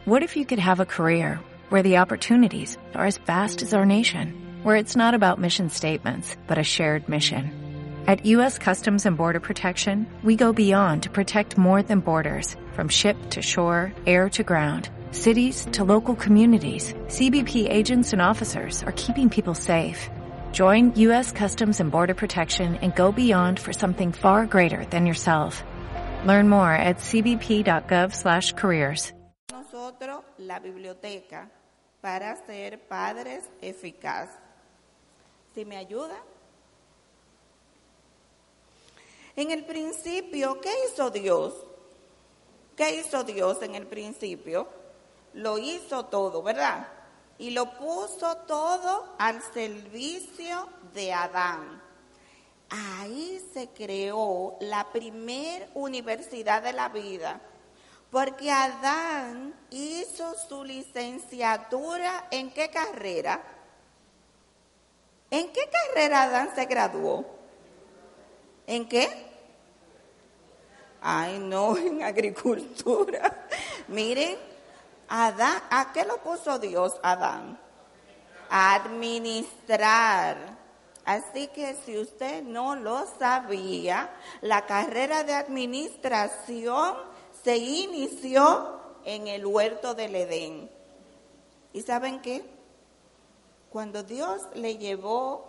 What if you could have a career where the opportunities are as vast as our nation, where it's not about mission statements, but a shared mission? At U.S. Customs and Border Protection, we go beyond to protect more than borders, from ship to shore, air to ground, cities to local communities. CBP agents and officers are keeping people safe. Join U.S. Customs and Border Protection and go beyond for something far greater than yourself. Learn more at cbp.gov/careers. Nosotros la biblioteca para ser padres eficaz. ¿Sí me ayuda? En el principio, ¿qué hizo Dios? ¿Qué hizo Dios en el principio? Lo hizo todo, ¿verdad? Y lo puso todo al servicio de Adán. Ahí se creó la primer universidad de la vida, porque Adán hizo su licenciatura ¿en qué carrera? ¿En qué carrera Adán se graduó? ¿En qué? Ay, no, en agricultura. Miren, Adán, ¿a qué lo puso Dios, Adán? A administrar. Así que si usted no lo sabía, la carrera de administración se inició en el huerto del Edén. ¿Y saben qué? Cuando Dios le llevó,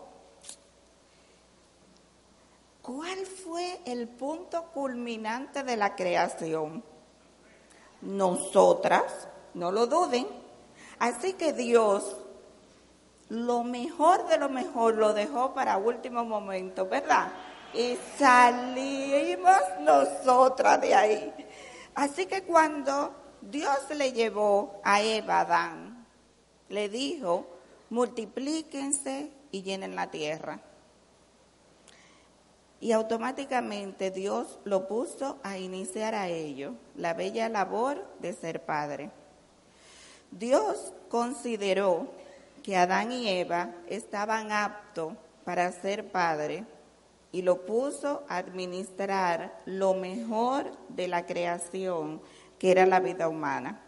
¿cuál fue el punto culminante de la creación? Nosotras, no lo duden. Así que Dios, lo mejor de lo mejor, lo dejó para último momento, ¿verdad? Y salimos nosotras de ahí. Así que cuando Dios le llevó a Eva, Adán, le dijo, multiplíquense y llenen la tierra. Y automáticamente Dios lo puso a iniciar a ellos la bella labor de ser padre. Dios consideró que Adán y Eva estaban aptos para ser padre y lo puso a administrar lo mejor de la creación, que era la vida humana.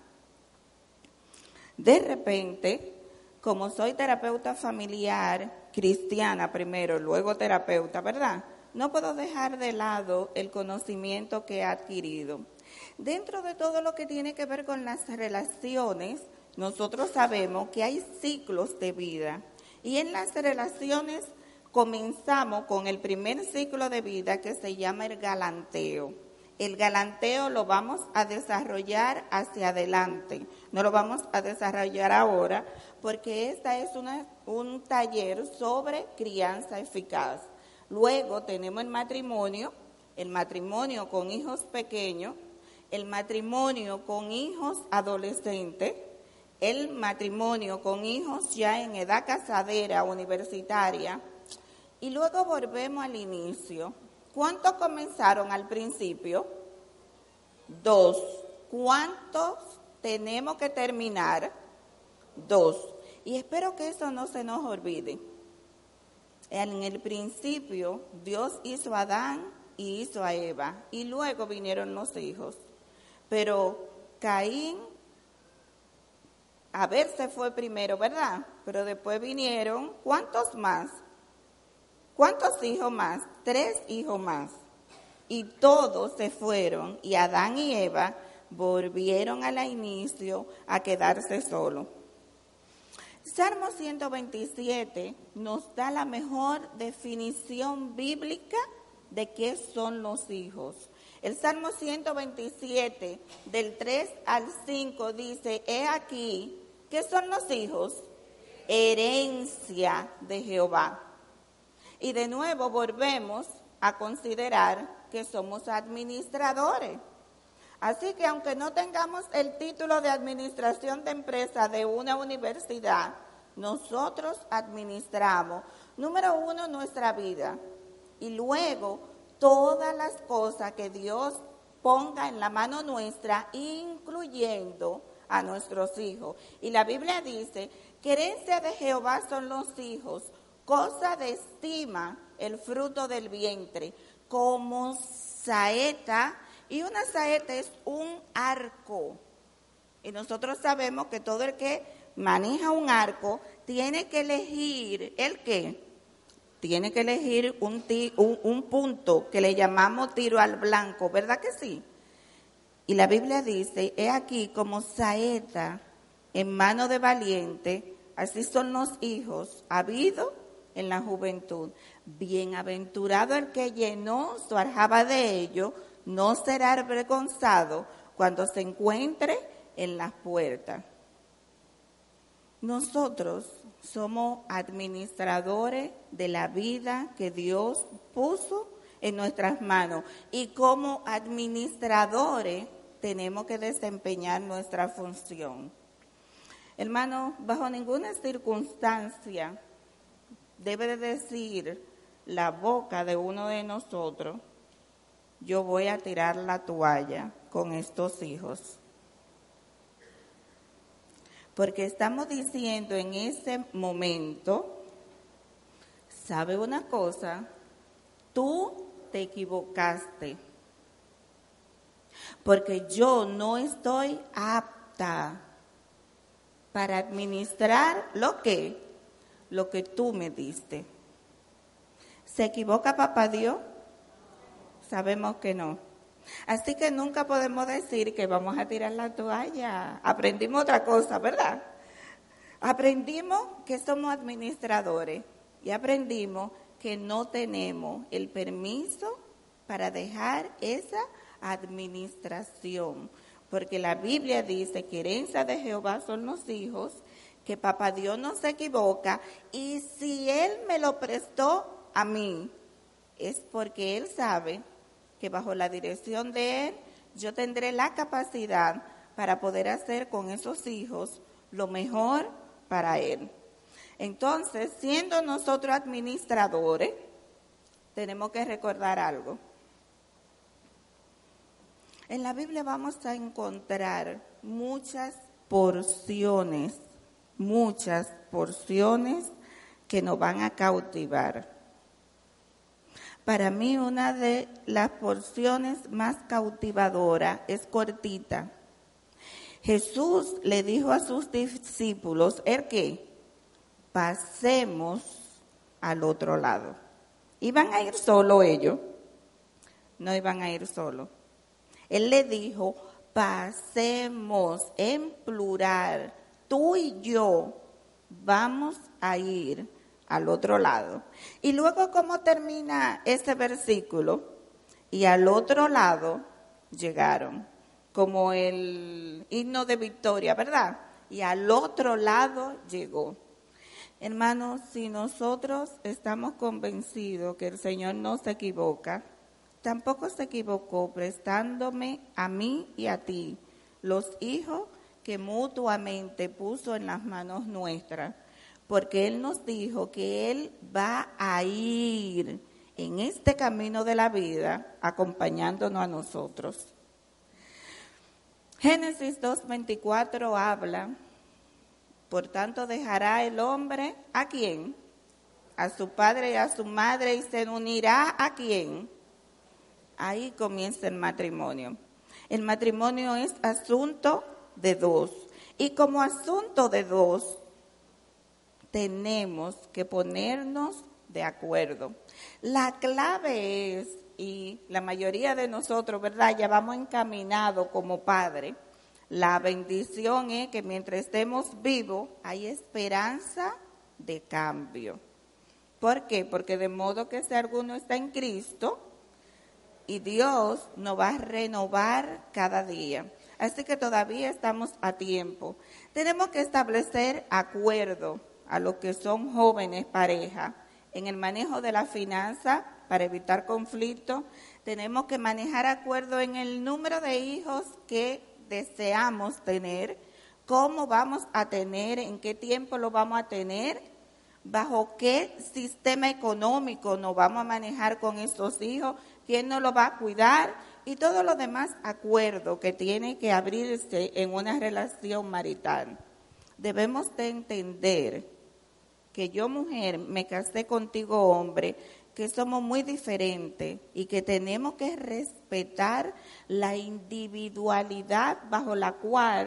De repente, como soy terapeuta familiar, cristiana primero, luego terapeuta, ¿verdad? No puedo dejar de lado el conocimiento que he adquirido. Dentro de todo lo que tiene que ver con las relaciones, nosotros sabemos que hay ciclos de vida. Y en las relaciones comenzamos con el primer ciclo de vida que se llama el galanteo. El galanteo lo vamos a desarrollar hacia adelante. No lo vamos a desarrollar ahora porque esta es un taller sobre crianza eficaz. Luego tenemos el matrimonio con hijos pequeños, el matrimonio con hijos adolescentes, el matrimonio con hijos ya en edad casadera, universitaria, y luego volvemos al inicio. ¿Cuántos comenzaron al principio? 2. ¿Cuántos tenemos que terminar? 2. Y espero que eso no se nos olvide. En el principio, Dios hizo a Adán y hizo a Eva, y luego vinieron los hijos. Pero Caín, Abel se fue primero, ¿verdad? Pero después vinieron, ¿cuántos más? ¿Cuántos hijos más? 3 hijos más. Y todos se fueron, y Adán y Eva volvieron al inicio a quedarse solos. Salmo 127 nos da la mejor definición bíblica de qué son los hijos. El Salmo 127, del 3 al 5, dice, he aquí, ¿qué son los hijos? Herencia de Jehová. Y de nuevo volvemos a considerar que somos administradores. Así que aunque no tengamos el título de administración de empresa de una universidad, nosotros administramos, número 1, nuestra vida, y luego todas las cosas que Dios ponga en la mano nuestra, incluyendo a nuestros hijos. Y la Biblia dice que herencia de Jehová son los hijos, cosa de estima el fruto del vientre, como saeta. Y una saeta es un arco Y nosotros sabemos que todo el que maneja un arco tiene que elegir, ¿el qué? Tiene que elegir un punto que le llamamos tiro al blanco, ¿verdad que sí? Y la Biblia dice, he aquí como saeta en mano de valiente, así son los hijos habido en la juventud. Bienaventurado el que llenó su aljaba de ello, no será avergonzado cuando se encuentre en las puertas. Nosotros somos administradores de la vida que Dios puso en nuestras manos y como administradores tenemos que desempeñar nuestra función. Hermano, bajo ninguna circunstancia debe de decir la boca de uno de nosotros, yo voy a tirar la toalla con estos hijos. Porque estamos diciendo en ese momento, ¿sabe una cosa? Tú te equivocaste. Porque yo no estoy apta para administrar lo que tú me diste. ¿Se equivoca papá Dios? Sabemos que no. Así que nunca podemos decir que vamos a tirar la toalla. Aprendimos otra cosa, ¿verdad? Aprendimos que somos administradores y aprendimos que no tenemos el permiso para dejar esa administración. Porque la Biblia dice que herencia de Jehová son los hijos, que papá Dios no se equivoca y si Él me lo prestó a mí, es porque Él sabe que bajo la dirección de Él, yo tendré la capacidad para poder hacer con esos hijos lo mejor para Él. Entonces, siendo nosotros administradores, tenemos que recordar algo. En la Biblia vamos a encontrar muchas porciones que nos van a cautivar. Para mí una de las porciones más cautivadoras es cortita. Jesús le dijo a sus discípulos, ¿el qué? Pasemos al otro lado. ¿Iban a ir solo ellos? No iban a ir solo. Él le dijo, pasemos en plural, tú y yo vamos a ir al otro lado. Y luego, ¿cómo termina ese versículo? Y al otro lado llegaron, como el himno de victoria, ¿verdad? Y al otro lado llegó. Hermanos, si nosotros estamos convencidos que el Señor no se equivoca, tampoco se equivocó prestándome a mí y a ti los hijos que mutuamente puso en las manos nuestras. Porque Él nos dijo que Él va a ir en este camino de la vida acompañándonos a nosotros. Génesis 2:24 habla, por tanto dejará el hombre, ¿a quién? A su padre y a su madre y se unirá, ¿a quién? Ahí comienza el matrimonio. El matrimonio es asunto de dos. Y como asunto de dos, tenemos que ponernos de acuerdo. La clave es, y la mayoría de nosotros, ¿verdad? Ya vamos encaminados como padres. La bendición es que mientras estemos vivos hay esperanza de cambio. ¿Por qué? Porque de modo que si alguno está en Cristo y Dios nos va a renovar cada día. Así que todavía estamos a tiempo. Tenemos que establecer acuerdo a los que son jóvenes pareja en el manejo de la finanza para evitar conflictos. Tenemos que manejar acuerdo en el número de hijos que deseamos tener, cómo vamos a tener, en qué tiempo lo vamos a tener, bajo qué sistema económico nos vamos a manejar con estos hijos, quién nos lo va a cuidar y todo lo demás acuerdo que tiene que abrirse en una relación marital. Debemos de entender que yo, mujer, me casé contigo, hombre, que somos muy diferentes y que tenemos que respetar la individualidad bajo la cual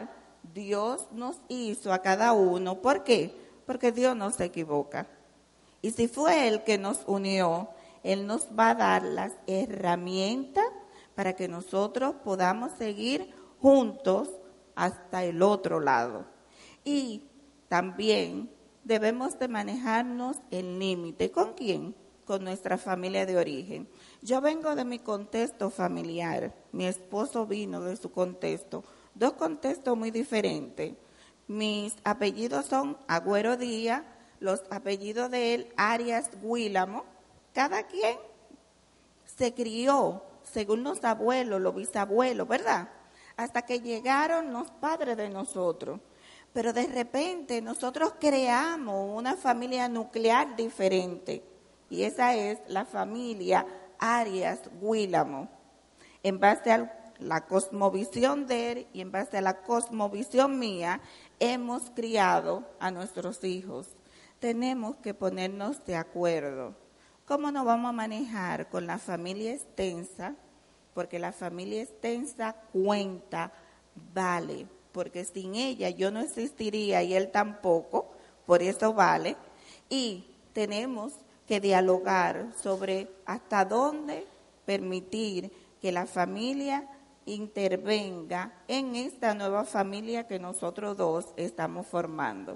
Dios nos hizo a cada uno. ¿Por qué? Porque Dios no se equivoca. Y si fue Él que nos unió, Él nos va a dar las herramientas para que nosotros podamos seguir juntos hasta el otro lado. Y también debemos de manejarnos el límite. ¿Con quién? Con nuestra familia de origen. Yo vengo de mi contexto familiar, mi esposo vino de su contexto, dos contextos muy diferentes. Mis apellidos son Agüero Díaz, los apellidos de él, Arias Guílamo. Cada quien se crió según los abuelos, los bisabuelos, ¿verdad? Hasta que llegaron los padres de nosotros. Pero de repente nosotros creamos una familia nuclear diferente. Y esa es la familia Arias Guílamo. En base a la cosmovisión de él y en base a la cosmovisión mía, hemos criado a nuestros hijos. Tenemos que ponernos de acuerdo. ¿Cómo nos vamos a manejar con la familia extensa? Porque la familia extensa cuenta, vale. Porque sin ella yo no existiría y él tampoco, por eso vale. Y tenemos que dialogar sobre hasta dónde permitir que la familia intervenga en esta nueva familia que nosotros dos estamos formando.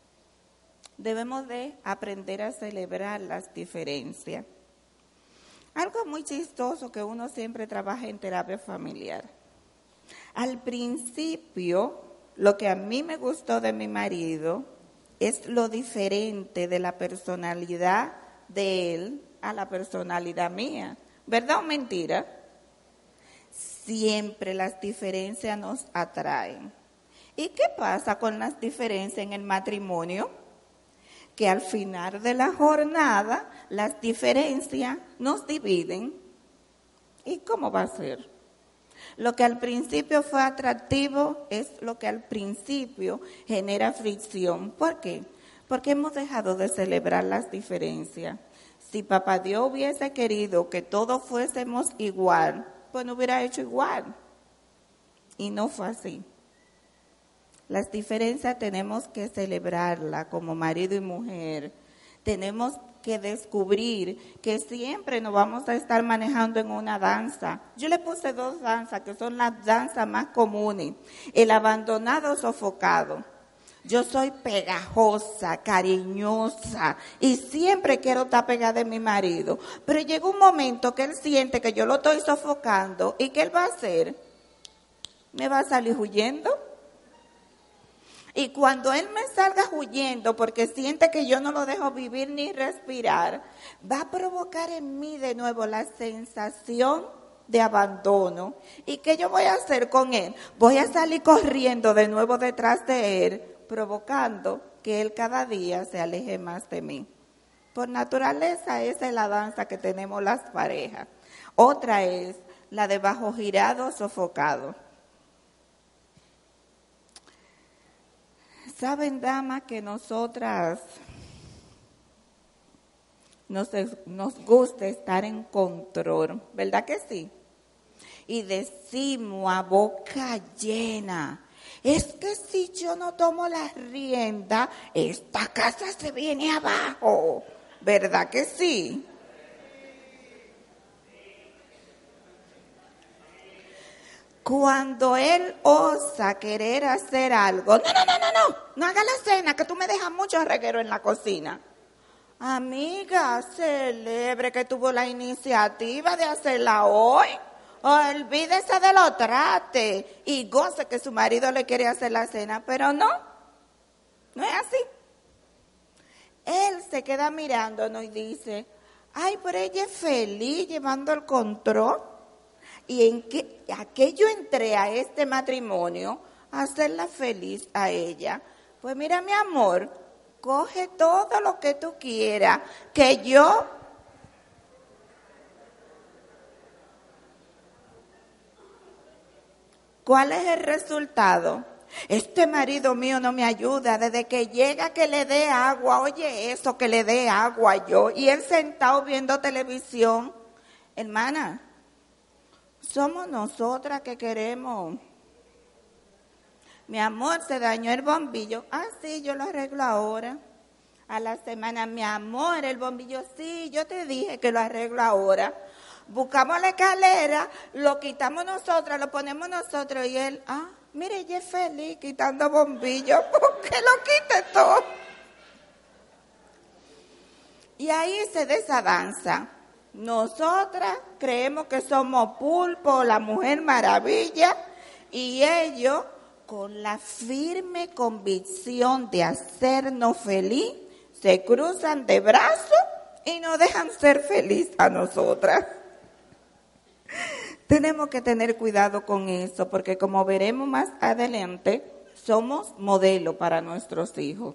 Debemos de aprender a celebrar las diferencias. Algo muy chistoso que uno siempre trabaja en terapia familiar. Al principio, lo que a mí me gustó de mi marido es lo diferente de la personalidad de él a la personalidad mía. ¿Verdad o mentira? Siempre las diferencias nos atraen. ¿Y qué pasa con las diferencias en el matrimonio? Que al final de la jornada las diferencias nos dividen. ¿Y cómo va a ser? Lo que al principio fue atractivo es lo que al principio genera fricción. ¿Por qué? Porque hemos dejado de celebrar las diferencias. Si Papá Dios hubiese querido que todos fuésemos igual, pues no hubiera hecho igual. Y no fue así. Las diferencias tenemos que celebrarlas como marido y mujer. Tenemos que descubrir que siempre nos vamos a estar manejando en una danza. Yo le puse dos danzas que son las danzas más comunes. El abandonado sofocado. Yo soy pegajosa, cariñosa y siempre quiero estar pegada de mi marido. Pero llega un momento que él siente que yo lo estoy sofocando y ¿qué él va a hacer? ¿Me va a salir huyendo? Y cuando él me salga huyendo porque siente que yo no lo dejo vivir ni respirar, va a provocar en mí de nuevo la sensación de abandono. ¿Y qué yo voy a hacer con él? Voy a salir corriendo de nuevo detrás de él, provocando que él cada día se aleje más de mí. Por naturaleza esa es la danza que tenemos las parejas. Otra es la de bajo girado sofocado. Saben, damas, que nosotras nos gusta estar en control, ¿verdad que sí? Y decimos a boca llena, es que si yo no tomo las riendas, esta casa se viene abajo, ¿verdad que sí? Cuando él osa querer hacer algo, no haga la cena, que tú me dejas mucho reguero en la cocina. Amiga, celebre que tuvo la iniciativa de hacerla hoy. Olvídese de lo trate y goce que su marido le quiere hacer la cena, pero no es así. Él se queda mirándonos y dice, ay, pero ella es feliz llevando el control. ¿Y a qué yo entré a este matrimonio? A hacerla feliz a ella. Pues mira, mi amor, coge todo lo que tú quieras, que yo... ¿Cuál es el resultado? Este marido mío no me ayuda, desde que llega que le dé agua, oye eso, que le dé agua yo, y él sentado viendo televisión. Hermana, somos nosotras que queremos mi amor, se dañó el bombillo. Ah, sí, yo lo arreglo ahora. A la semana, mi amor, el bombillo, sí, yo te dije que lo arreglo ahora. Buscamos la escalera, lo quitamos nosotras, lo ponemos nosotros y él, mire, ella es feliz quitando bombillos, ¿por qué lo quite todo? Y ahí se desavanza. Nosotras creemos que somos pulpo, la mujer maravilla, y ellos, con la firme convicción de hacernos feliz, se cruzan de brazos y nos dejan ser felices a nosotras. Tenemos que tener cuidado con eso, porque como veremos más adelante, somos modelo para nuestros hijos.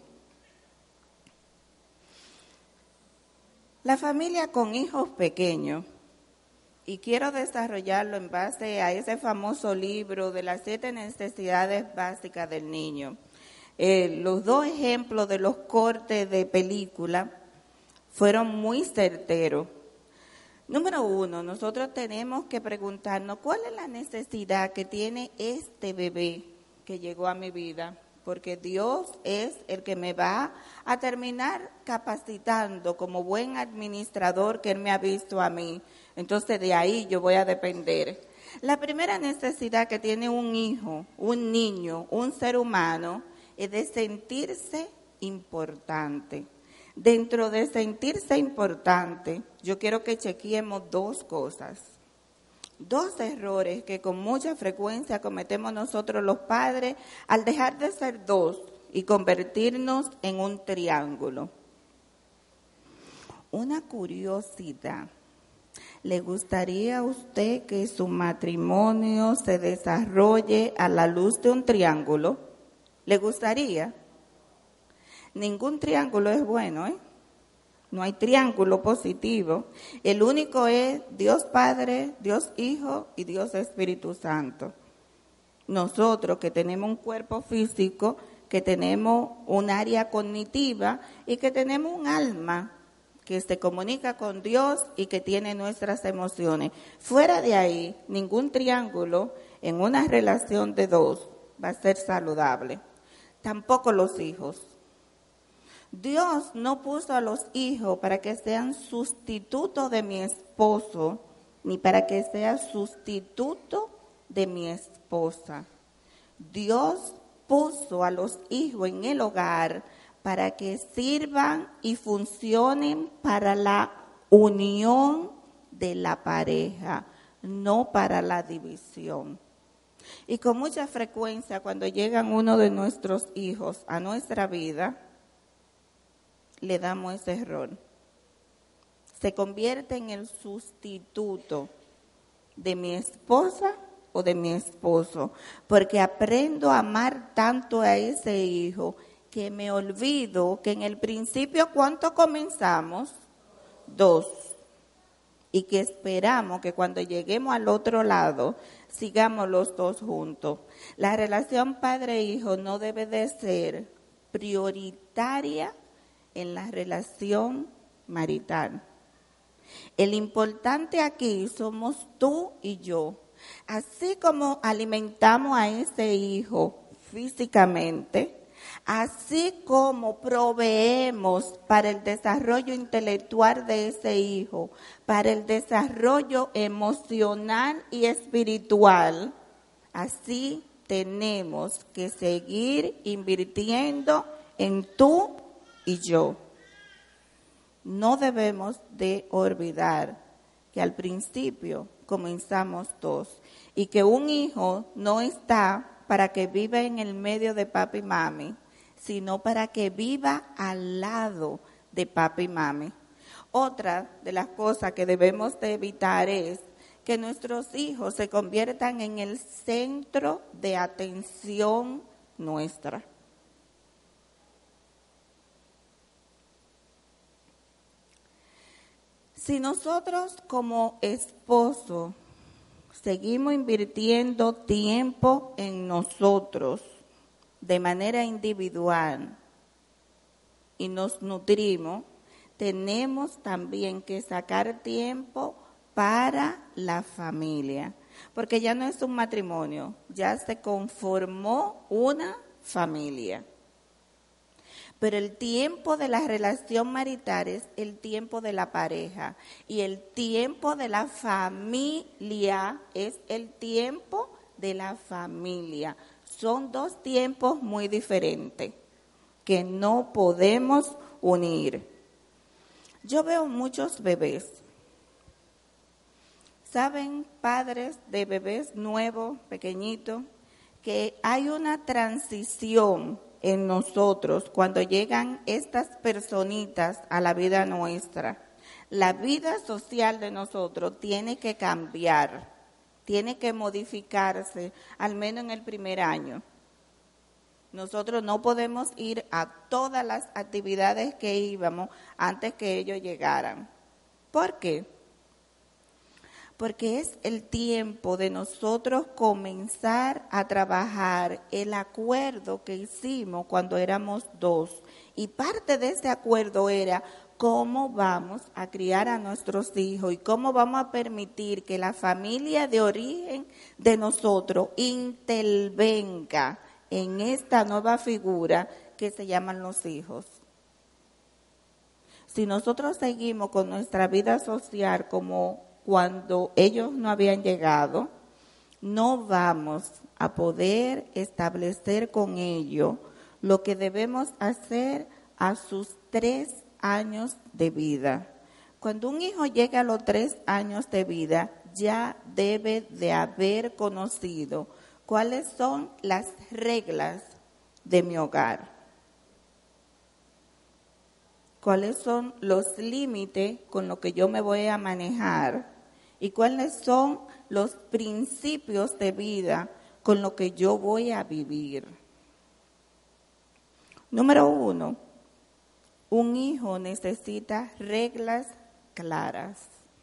La familia con hijos pequeños, y quiero desarrollarlo en base a ese famoso libro de las 7 necesidades básicas del niño. Los 2 ejemplos de los cortes de película fueron muy certeros. Número 1, nosotros tenemos que preguntarnos cuál es la necesidad que tiene este bebé que llegó a mi vida, porque Dios es el que me va a terminar capacitando como buen administrador que Él me ha visto a mí. Entonces de ahí yo voy a depender. La primera necesidad que tiene un hijo, un niño, un ser humano, es de sentirse importante. Dentro de sentirse importante, yo quiero que chequeemos 2 cosas. 2 errores que con mucha frecuencia cometemos nosotros los padres al dejar de ser 2 y convertirnos en un triángulo. Una curiosidad. ¿Le gustaría a usted que su matrimonio se desarrolle a la luz de un triángulo? ¿Le gustaría? Ningún triángulo es bueno, ¿eh? No hay triángulo positivo. El único es Dios Padre, Dios Hijo y Dios Espíritu Santo. Nosotros que tenemos un cuerpo físico, que tenemos un área cognitiva y que tenemos un alma que se comunica con Dios y que tiene nuestras emociones. Fuera de ahí, ningún triángulo en una relación de 2 va a ser saludable. Tampoco los hijos. Dios no puso a los hijos para que sean sustitutos de mi esposo, ni para que sea sustituto de mi esposa. Dios puso a los hijos en el hogar para que sirvan y funcionen para la unión de la pareja, no para la división. Y con mucha frecuencia cuando llegan uno de nuestros hijos a nuestra vida, le damos ese error. Se convierte en el sustituto de mi esposa o de mi esposo, porque aprendo a amar tanto a ese hijo que me olvido que en el principio, ¿cuánto comenzamos? 2. Y que esperamos que cuando lleguemos al otro lado, sigamos los 2 juntos. La relación padre-hijo no debe de ser prioritaria en la relación marital. El importante aquí somos tú y yo. Así como alimentamos a ese hijo físicamente, así como proveemos para el desarrollo intelectual de ese hijo, para el desarrollo emocional y espiritual, así tenemos que seguir invirtiendo en tú y yo. No debemos de olvidar que al principio comenzamos 2 y que un hijo no está para que viva en el medio de papi y mami, sino para que viva al lado de papi y mami. Otra de las cosas que debemos de evitar es que nuestros hijos se conviertan en el centro de atención nuestra. Si nosotros como esposo seguimos invirtiendo tiempo en nosotros de manera individual y nos nutrimos, tenemos también que sacar tiempo para la familia. porque ya no es un matrimonio, ya se conformó una familia. Pero el tiempo de la relación marital es el tiempo de la pareja y el tiempo de la familia es el tiempo de la familia. Son dos tiempos muy diferentes que no podemos unir. Yo veo muchos bebés. ¿Saben, padres de bebés nuevos, pequeñitos, que hay una transición en nosotros cuando llegan estas personitas a la vida nuestra? La vida social de nosotros tiene que cambiar, tiene que modificarse, al menos en el primer año. Nosotros no podemos ir a todas las actividades que íbamos antes que ellos llegaran. ¿Por qué? Porque es el tiempo de nosotros comenzar a trabajar el acuerdo que hicimos cuando éramos dos. Y parte de ese acuerdo era cómo vamos a criar a nuestros hijos y cómo vamos a permitir que la familia de origen de nosotros intervenga en esta nueva figura que se llaman los hijos. Si nosotros seguimos con nuestra vida social como cuando ellos no habían llegado, no vamos a poder establecer con ellos lo que debemos hacer a sus 3 años de vida. Cuando un hijo llega a los 3 años de vida, ya debe de haber conocido cuáles son las reglas de mi hogar, cuáles son los límites con los que yo me voy a manejar y cuáles son los principios de vida con los que yo voy a vivir. Número 1, un hijo necesita reglas claras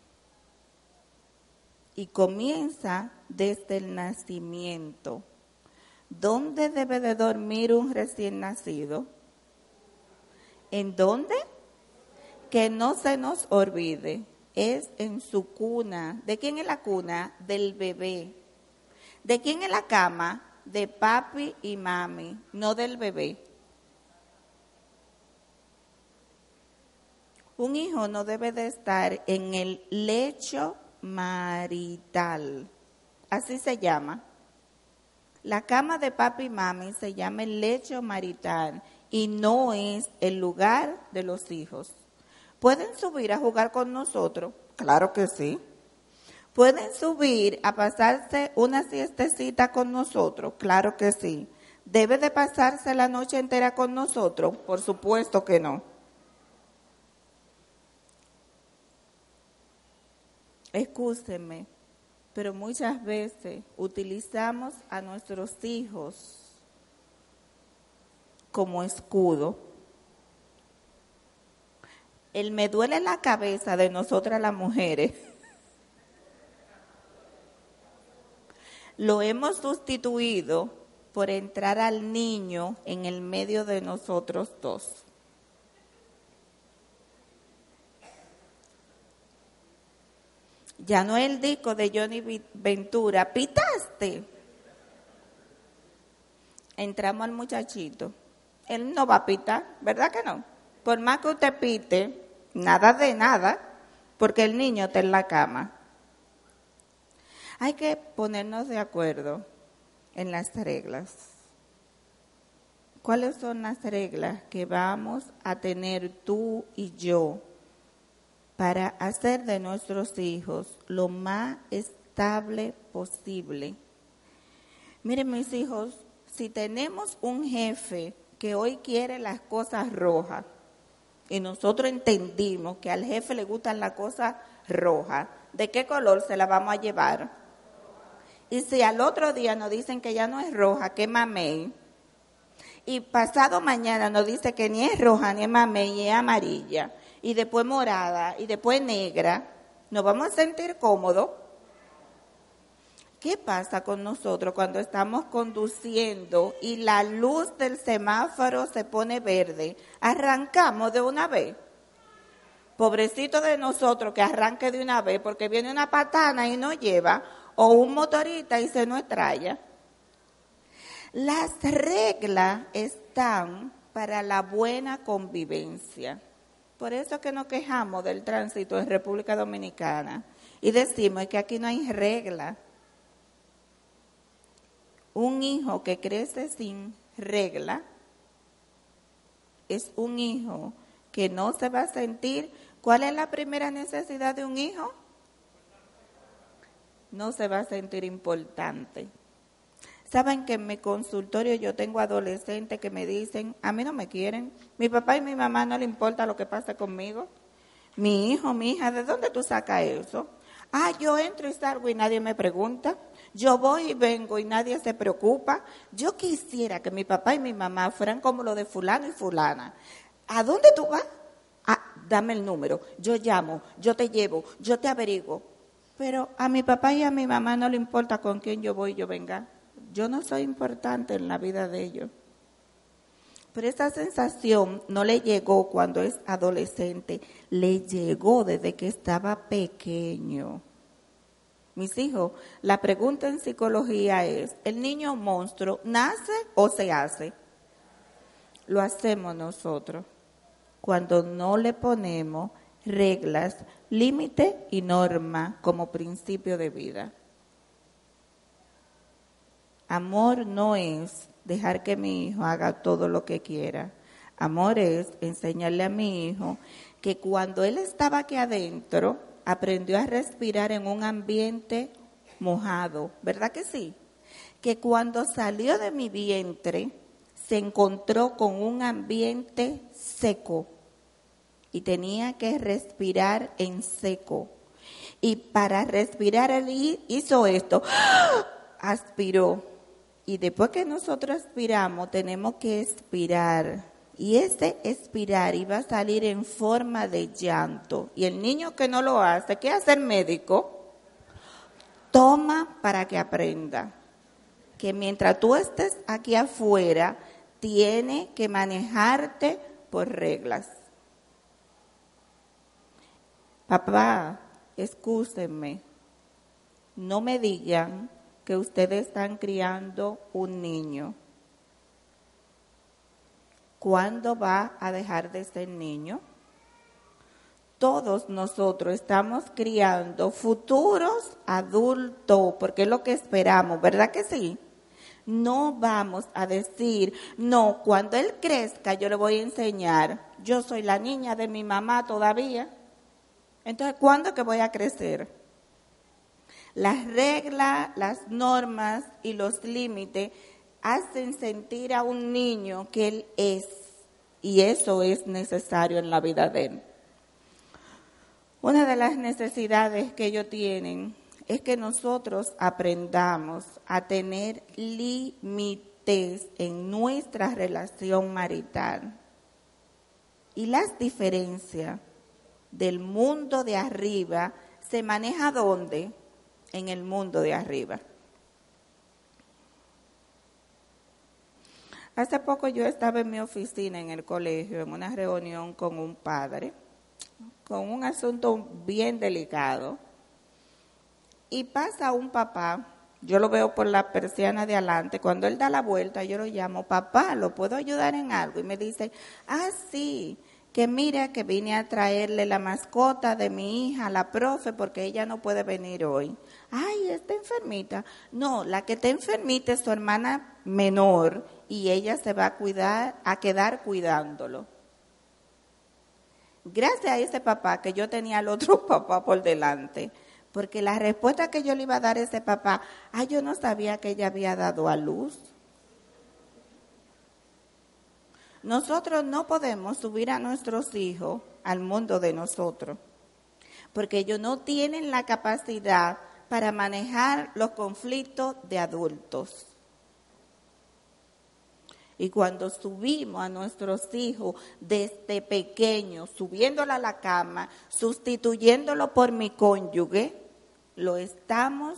y comienza desde el nacimiento. ¿Dónde debe de dormir un recién nacido? ¿En dónde? Que no se nos olvide, es en su cuna. ¿De quién es la cuna? Del bebé. ¿De quién es la cama? De papi y mami, no del bebé. Un hijo no debe de estar en el lecho marital, así se llama. La cama de papi y mami se llama el lecho marital y no es el lugar de los hijos. ¿Pueden subir a jugar con nosotros? Claro que sí. ¿Pueden subir a pasarse una siestecita con nosotros? Claro que sí. ¿Debe de pasarse la noche entera con nosotros? Por supuesto que no. Excúsenme, pero muchas veces utilizamos a nuestros hijos como escudo. El me duele la cabeza de nosotras las mujeres lo hemos sustituido por entrar al niño en el medio de nosotros dos. Ya no es el disco de Johnny Ventura, pitaste. Entramos al muchachito. Él no va a pitar, ¿verdad que no? Por más que usted pite, nada de nada, porque el niño está en la cama. Hay que ponernos de acuerdo en las reglas. ¿Cuáles son las reglas que vamos a tener tú y yo para hacer de nuestros hijos lo más estable posible? Miren, mis hijos, si tenemos un jefe que hoy quiere las cosas rojas y nosotros entendimos que al jefe le gustan las cosas rojas, ¿de qué color se la vamos a llevar? Y si al otro día nos dicen que ya no es roja, que es mamey, y pasado mañana nos dice que ni es roja, ni es mamey, ni es amarilla, y después morada, y después negra, ¿nos vamos a sentir cómodos? ¿Qué pasa con nosotros cuando estamos conduciendo y la luz del semáforo se pone verde? ¿Arrancamos de una vez? Pobrecito de nosotros que arranque de una vez porque viene una patana y nos lleva, o un motorista y se nos estrella. Las reglas están para la buena convivencia. Por eso que nos quejamos del tránsito en República Dominicana y decimos que aquí no hay regla. Un hijo que crece sin regla es un hijo que no se va a sentir. ¿Cuál es la primera necesidad de un hijo? No se va a sentir importante. Saben que en mi consultorio yo tengo adolescentes que me dicen, a mí no me quieren, mi papá y mi mamá no le importa lo que pase conmigo. Mi hijo, mi hija, ¿de dónde tú sacas eso? Yo entro y salgo y nadie me pregunta. Yo voy y vengo y nadie se preocupa. Yo quisiera que mi papá y mi mamá fueran como los de fulano y fulana. ¿A dónde tú vas? Dame el número, yo llamo, yo te llevo, yo te averiguo. Pero a mi papá y a mi mamá no le importa con quién yo voy y yo venga. Yo no soy importante en la vida de ellos. Pero esa sensación no le llegó cuando es adolescente, le llegó desde que estaba pequeño. Mis hijos, la pregunta en psicología es, ¿el niño monstruo nace o se hace? Lo hacemos nosotros cuando no le ponemos reglas, límites y normas como principio de vida. Amor no es dejar que mi hijo haga todo lo que quiera. Amor es enseñarle a mi hijo que cuando él estaba aquí adentro, aprendió a respirar en un ambiente mojado, ¿verdad que sí? Que cuando salió de mi vientre, se encontró con un ambiente seco y tenía que respirar en seco. Y para respirar él hizo esto, aspiró. Y después que nosotros aspiramos, tenemos que expirar. Y ese expirar iba a salir en forma de llanto. Y el niño que no lo hace, ¿qué hace el médico? Toma para que aprenda. Que mientras tú estés aquí afuera, tiene que manejarte por reglas. Papá, excúsenme, no me digan que ustedes están criando un niño. ¿Cuándo va a dejar de ser niño? Todos nosotros estamos criando futuros adultos, porque es lo que esperamos, ¿verdad que sí? No vamos a decir, no, cuando él crezca yo le voy a enseñar, yo soy la niña de mi mamá todavía. Entonces, ¿cuándo es que voy a crecer? Las reglas, las normas y los límites hacen sentir a un niño que él es, y eso es necesario en la vida de él. Una de las necesidades que ellos tienen es que nosotros aprendamos a tener límites en nuestra relación marital. Y las diferencias del mundo de arriba se maneja ¿dónde? En el mundo de arriba. Hace poco yo estaba en mi oficina en el colegio, en una reunión con un padre, con un asunto bien delicado. Y pasa un papá, yo lo veo por la persiana de adelante, cuando él da la vuelta yo lo llamo, papá, ¿lo puedo ayudar en algo? Y me dice, sí, que mira que vine a traerle la mascota de mi hija, la profe, porque ella no puede venir hoy. Ay, está enfermita. No, la que está enfermita es su hermana menor y ella se va a quedar cuidándolo. Gracias a ese papá que yo tenía al otro papá por delante, porque la respuesta que yo le iba a dar a ese papá, yo no sabía que ella había dado a luz. Nosotros no podemos subir a nuestros hijos al mundo de nosotros, porque ellos no tienen la capacidad para manejar los conflictos de adultos. Y cuando subimos a nuestros hijos desde pequeños, subiéndolo a la cama, sustituyéndolo por mi cónyuge, lo estamos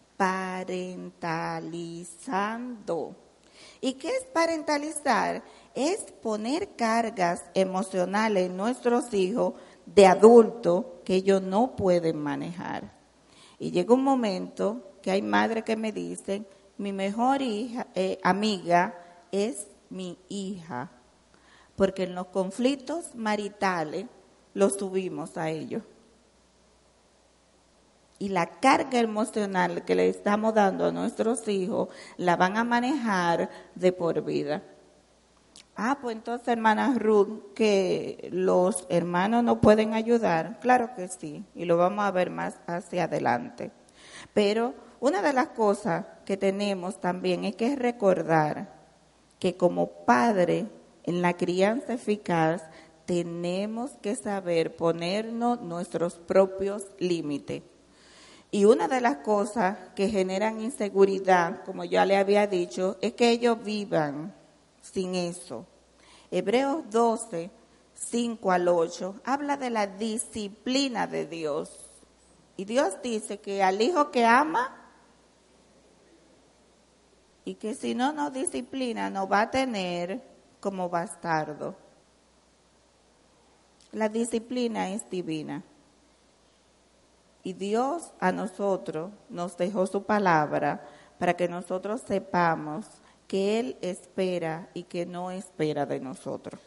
parentalizando. ¿Y qué es parentalizar? Es poner cargas emocionales en nuestros hijos de adultos que ellos no pueden manejar. Y llega un momento que hay madres que me dicen, mi mejor amiga es mi hija, porque en los conflictos maritales los subimos a ellos. Y la carga emocional que le estamos dando a nuestros hijos la van a manejar de por vida. Pues entonces, hermana Ruth, que los hermanos no pueden ayudar. Claro que sí, y lo vamos a ver más hacia adelante. Pero una de las cosas que tenemos también es que recordar que como padre en la crianza eficaz tenemos que saber ponernos nuestros propios límites. Y una de las cosas que generan inseguridad, como ya le había dicho, es que ellos vivan sin eso. Hebreos 12, 5 al 8, habla de la disciplina de Dios. Y Dios dice que al hijo que ama, y que si no nos disciplina, nos va a tener como bastardo. La disciplina es divina. Y Dios a nosotros nos dejó su palabra para que nosotros sepamos que Él espera y que no espera de nosotros.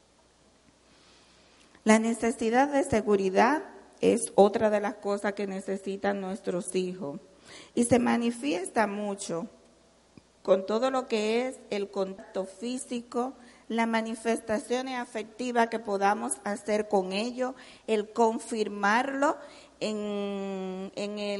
La necesidad de seguridad es otra de las cosas que necesitan nuestros hijos y se manifiesta mucho con todo lo que es el contacto físico, las manifestaciones afectivas que podamos hacer con ellos, el confirmarlo en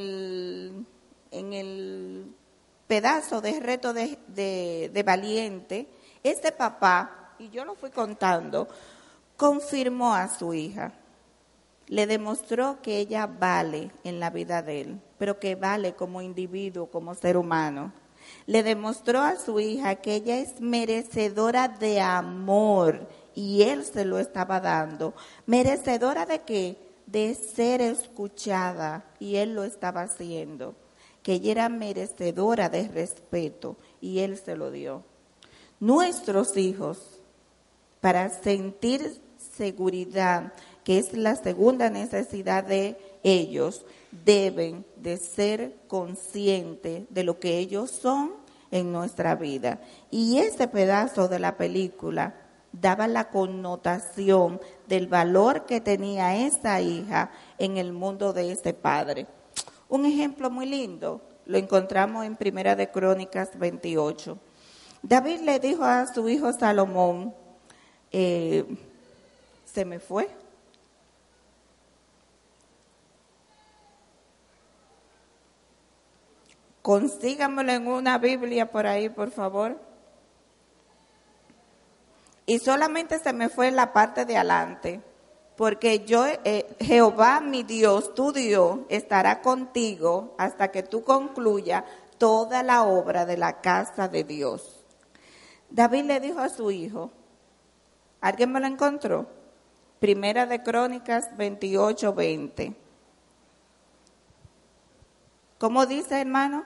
el pedazo de reto de valiente. Este papá, y yo lo fui contando, confirmó a su hija. Le demostró que ella vale en la vida de él, pero que vale como individuo, como ser humano. Le demostró a su hija que ella es merecedora de amor y él se lo estaba dando. ¿Merecedora de qué? De ser escuchada y él lo estaba haciendo. Que ella era merecedora de respeto y él se lo dio. Nuestros hijos, para sentir seguridad, que es la segunda necesidad de ellos, deben de ser conscientes de lo que ellos son en nuestra vida. Y ese pedazo de la película daba la connotación del valor que tenía esa hija en el mundo de ese padre. Un ejemplo muy lindo lo encontramos en Primera de Crónicas 28. David le dijo a su hijo Salomón, se me fue. Consígamelo en una Biblia por ahí, por favor. Y solamente se me fue la parte de adelante, porque yo, Jehová mi Dios, tu Dios, estará contigo hasta que tú concluyas toda la obra de la casa de Dios. David le dijo a su hijo, ¿alguien me lo encontró? Primera de Crónicas 28, 20. ¿Cómo dice, hermano?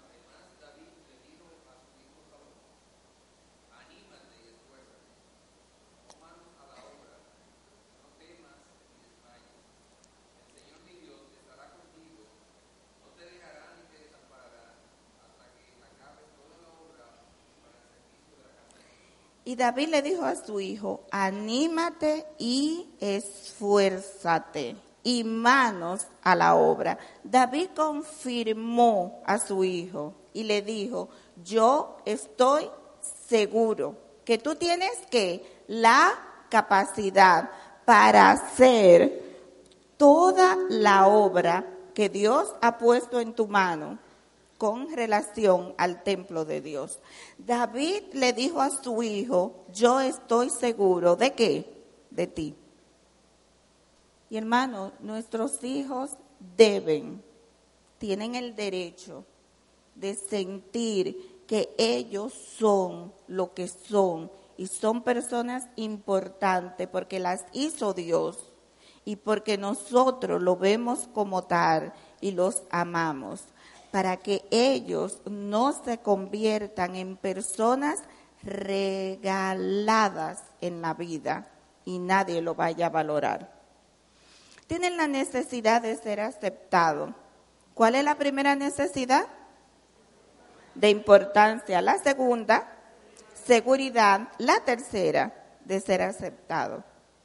Y David le dijo a su hijo, anímate y esfuérzate y manos a la obra. David confirmó a su hijo y le dijo, yo estoy seguro que tú tienes la capacidad para hacer toda la obra que Dios ha puesto en tu mano con relación al templo de Dios. David le dijo a su hijo, yo estoy seguro ¿de qué? De ti. Y hermano, nuestros hijos tienen el derecho de sentir que ellos son lo que son y son personas importantes porque las hizo Dios y porque nosotros lo vemos como tal y los amamos, para que ellos no se conviertan en personas regaladas en la vida y nadie lo vaya a valorar. Tienen la necesidad de ser aceptados, ¿Cuál es la primera necesidad? De importancia. La segunda, seguridad. La tercera, de ser aceptado.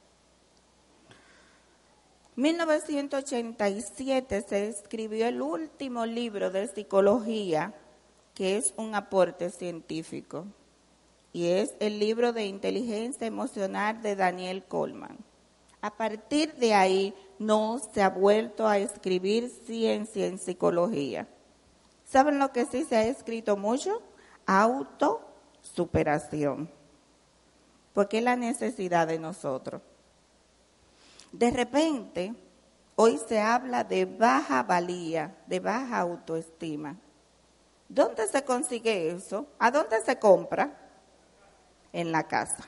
1987 se escribió el último libro de psicología, que es un aporte científico, y es el libro de inteligencia emocional de Daniel Goleman. A partir de ahí no se ha vuelto a escribir ciencia en psicología. ¿Saben lo que sí se ha escrito mucho? Autosuperación. Porque es la necesidad de nosotros. De repente, hoy se habla de baja valía, de baja autoestima. ¿Dónde se consigue eso? ¿A dónde se compra? En la casa.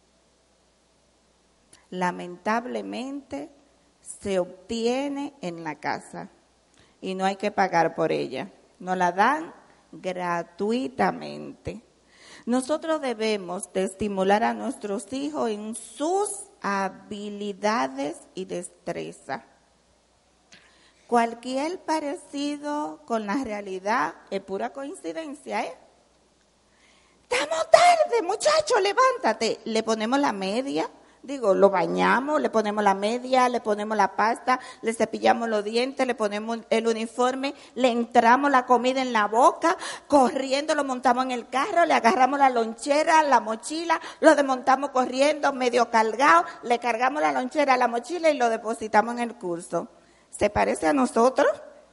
Lamentablemente, se obtiene en la casa y no hay que pagar por ella. Nos la dan gratuitamente. Nosotros debemos de estimular a nuestros hijos en sus habilidades y destreza. Cualquier parecido con la realidad es pura coincidencia, ¿eh? Estamos tarde, muchacho, levántate. Le ponemos la media, lo bañamos, le ponemos la media, le ponemos la pasta, le cepillamos los dientes, le ponemos el uniforme, le entramos la comida en la boca, corriendo lo montamos en el carro, le agarramos la lonchera, la mochila, lo desmontamos corriendo, medio cargado, le cargamos la lonchera, la mochila y lo depositamos en el curso. ¿Se parece a nosotros?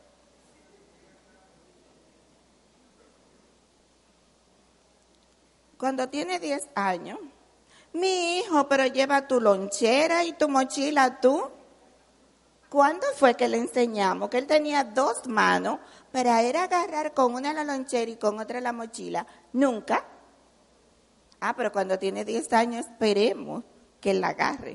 Cuando tiene 10 años, mi hijo, pero lleva tu lonchera y tu mochila tú. ¿Cuándo fue que le enseñamos que él tenía 2 manos para ir a agarrar con una la lonchera y con otra la mochila? Nunca. Pero cuando tiene 10 años esperemos que él la agarre.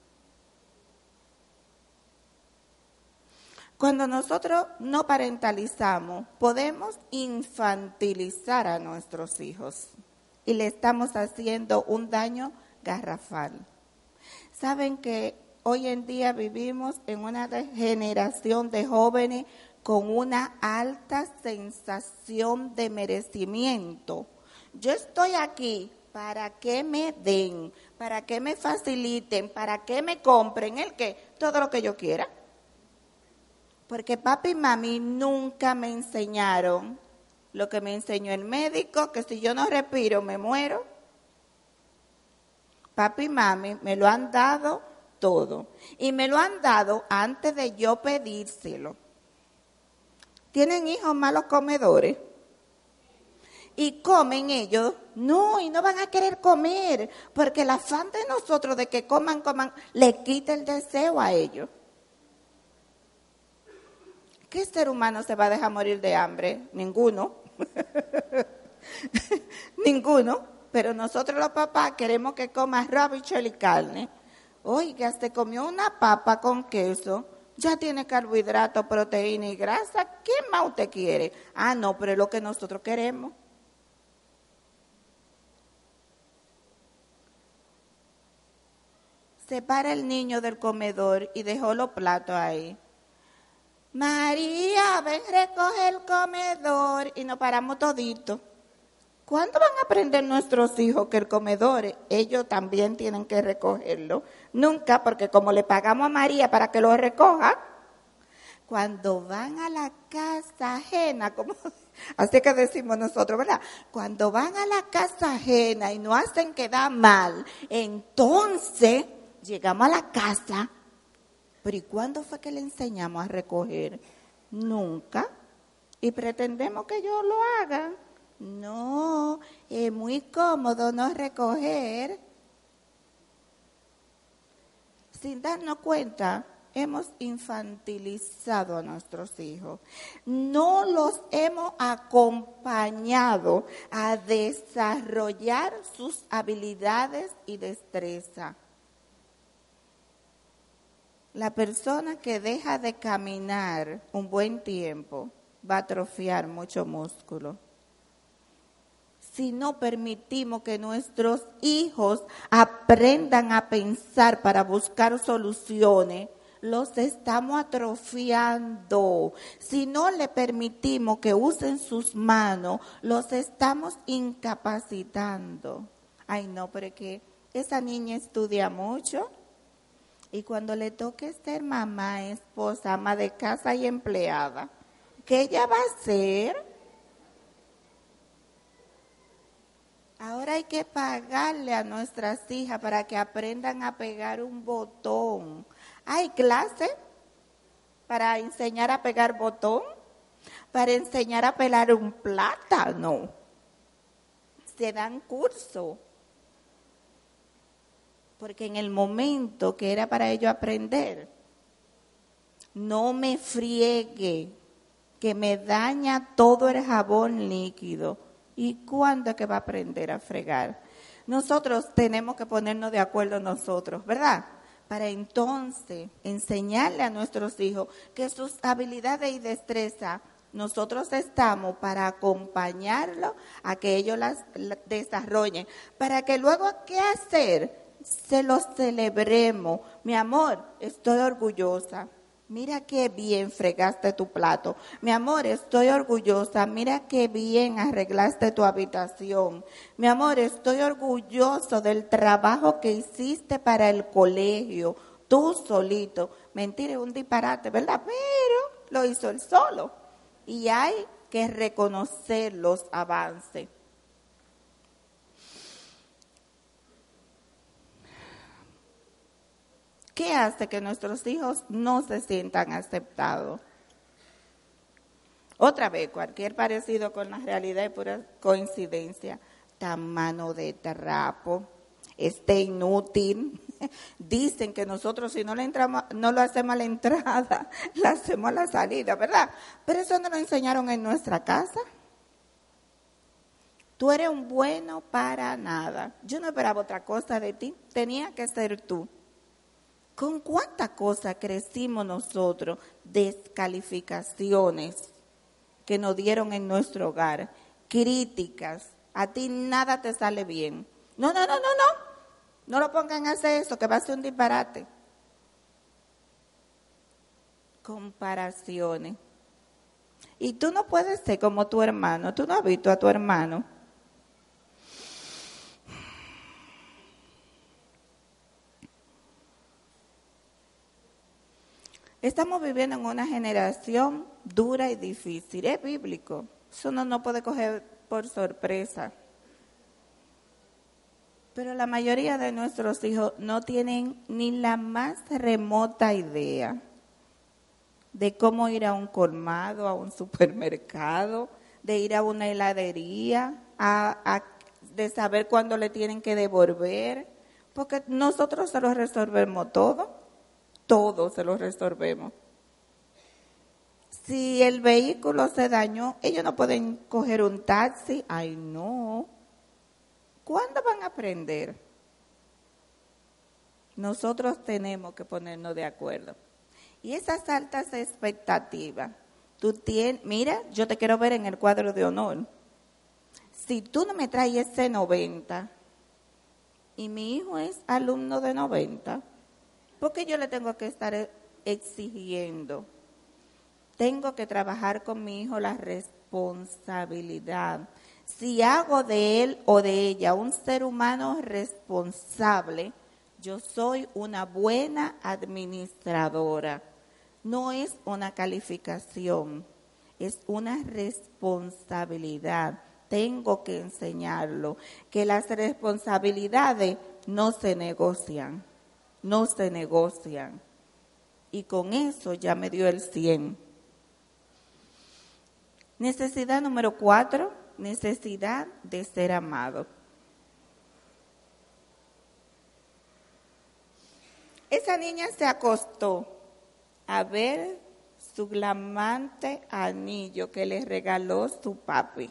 Cuando nosotros no parentalizamos, podemos infantilizar a nuestros hijos y le estamos haciendo un daño garrafal. Saben que hoy en día vivimos en una generación de jóvenes con una alta sensación de merecimiento. Yo estoy aquí para que me den, para que me faciliten, para que me compren todo lo que yo quiera. Porque papi y mami nunca me enseñaron lo que me enseñó el médico, que si yo no respiro me muero. Papi y mami me lo han dado todo. Y me lo han dado antes de yo pedírselo. ¿Tienen hijos malos comedores? Y comen ellos. No, y no van a querer comer. Porque el afán de nosotros de que coman, le quita el deseo a ellos. ¿Qué ser humano se va a dejar morir de hambre? Ninguno. Ninguno. Pero nosotros los papás queremos que coma arroz, habichuela y carne. Oiga, se comió una papa con queso. Ya tiene carbohidratos, proteína y grasa. ¿Qué más usted quiere? No, pero es lo que nosotros queremos. Separa el niño del comedor y dejó los platos ahí. María, ven, recoge el comedor y nos paramos toditos. ¿Cuándo van a aprender nuestros hijos que el comedor, ellos también tienen que recogerlo? Nunca, porque como le pagamos a María para que lo recoja, cuando van a la casa ajena, así que decimos nosotros, ¿verdad? Cuando van a la casa ajena y nos hacen quedar mal, entonces llegamos a la casa. Pero ¿y cuándo fue que le enseñamos a recoger? Nunca. Y pretendemos que ellos lo hagan. No, es muy cómodo no recoger. Sin darnos cuenta, hemos infantilizado a nuestros hijos. No los hemos acompañado a desarrollar sus habilidades y destreza. La persona que deja de caminar un buen tiempo va a atrofiar mucho músculo. Si no permitimos que nuestros hijos aprendan a pensar para buscar soluciones, los estamos atrofiando. Si no le permitimos que usen sus manos, los estamos incapacitando. Ay, no, pero es que esa niña estudia mucho y cuando le toque ser mamá, esposa, ama de casa y empleada, ¿qué ella va a hacer? Ahora hay que pagarle a nuestras hijas para que aprendan a pegar un botón. ¿Hay clase para enseñar a pegar botón? ¿Para enseñar a pelar un plátano? Se dan curso. Porque en el momento que era para ello aprender, no me friegue, que me daña todo el jabón líquido. ¿Y cuándo es que va a aprender a fregar? Nosotros tenemos que ponernos de acuerdo nosotros, ¿verdad? Para entonces enseñarle a nuestros hijos que sus habilidades y destrezas, nosotros estamos para acompañarlos a que ellos las desarrollen, para que luego, ¿qué hacer? Se los celebremos. Mi amor, estoy orgullosa. Mira qué bien fregaste tu plato. Mi amor, estoy orgullosa. Mira qué bien arreglaste tu habitación. Mi amor, estoy orgulloso del trabajo que hiciste para el colegio. Tú solito. Mentira, es un disparate, ¿verdad? Pero lo hizo él solo. Y hay que reconocer los avances. ¿Qué hace que nuestros hijos no se sientan aceptados? Otra vez, cualquier parecido con la realidad es pura coincidencia. Tan mano de trapo, inútil. Dicen que nosotros si no lo hacemos a la entrada, lo hacemos a la salida, ¿verdad? Pero eso no lo enseñaron en nuestra casa. Tú eres un bueno para nada. Yo no esperaba otra cosa de ti, tenía que ser tú. ¿Con cuántas cosas crecimos nosotros? Descalificaciones que nos dieron en nuestro hogar, críticas, a ti nada te sale bien. No lo pongan a hacer eso, que va a ser un disparate. Comparaciones. Y tú no puedes ser como tu hermano, tú no has visto a tu hermano. Estamos viviendo en una generación dura y difícil. Es bíblico. Eso no puede coger por sorpresa. Pero la mayoría de nuestros hijos no tienen ni la más remota idea de cómo ir a un colmado, a un supermercado, de ir a una heladería, de saber cuándo le tienen que devolver. Porque nosotros se lo resolvemos todo. Todo se lo resolvemos. Si el vehículo se dañó, ellos no pueden coger un taxi. Ay, no. ¿Cuándo van a aprender? Nosotros tenemos que ponernos de acuerdo. Y esas altas expectativas, mira, yo te quiero ver en el cuadro de honor. Si tú no me traes ese 90 y mi hijo es alumno de 90, porque yo le tengo que estar exigiendo. Tengo que trabajar con mi hijo la responsabilidad. Si hago de él o de ella un ser humano responsable, yo soy una buena administradora. No es una calificación, es una responsabilidad. Tengo que enseñarlo, que las responsabilidades no se negocian. No se negocian. Y con eso ya me dio el 100. Necesidad número 4, necesidad de ser amado. Esa niña se acostó a ver su flamante anillo que le regaló su papi.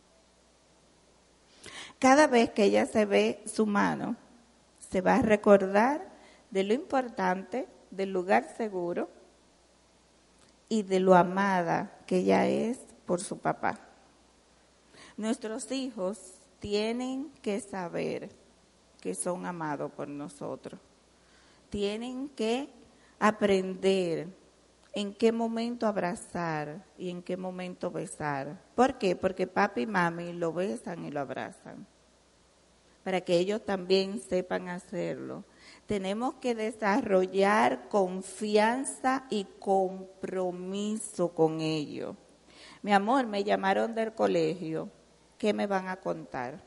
Cada vez que ella se ve su mano, se va a recordar de lo importante, del lugar seguro y de lo amada que ella es por su papá. Nuestros hijos tienen que saber que son amados por nosotros. Tienen que aprender en qué momento abrazar y en qué momento besar. ¿Por qué? Porque papi y mami lo besan y lo abrazan. Para que ellos también sepan hacerlo. Tenemos que desarrollar confianza y compromiso con ellos. Mi amor, me llamaron del colegio. ¿Qué me van a contar?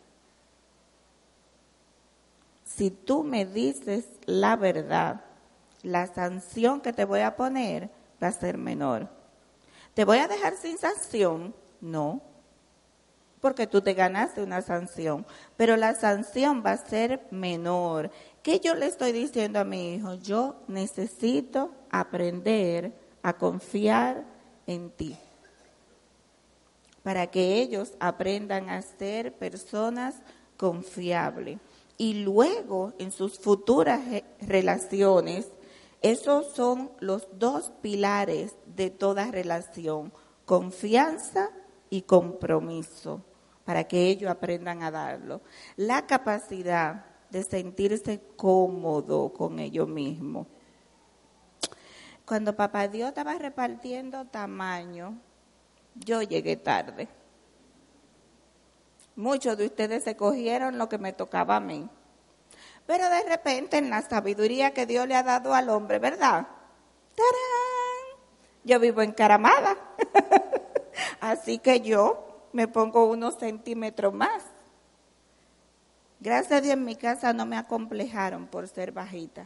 Si tú me dices la verdad, la sanción que te voy a poner va a ser menor. ¿Te voy a dejar sin sanción? No, porque tú te ganaste una sanción, pero la sanción va a ser menor. ¿Qué yo le estoy diciendo a mi hijo? Yo necesito aprender a confiar en ti, para que ellos aprendan a ser personas confiables. Y luego, en sus futuras relaciones, esos son los dos pilares de toda relación, confianza y compromiso, para que ellos aprendan a darlo. La capacidad de sentirse cómodo con ellos mismos. Cuando Papá Dios estaba repartiendo tamaño, yo llegué tarde. Muchos de ustedes se cogieron lo que me tocaba a mí. Pero de repente, en la sabiduría que Dios le ha dado al hombre, ¿verdad? ¡Tarán! Yo vivo encaramada. Así que yo me pongo unos centímetros más. Gracias a Dios en mi casa no me acomplejaron por ser bajita.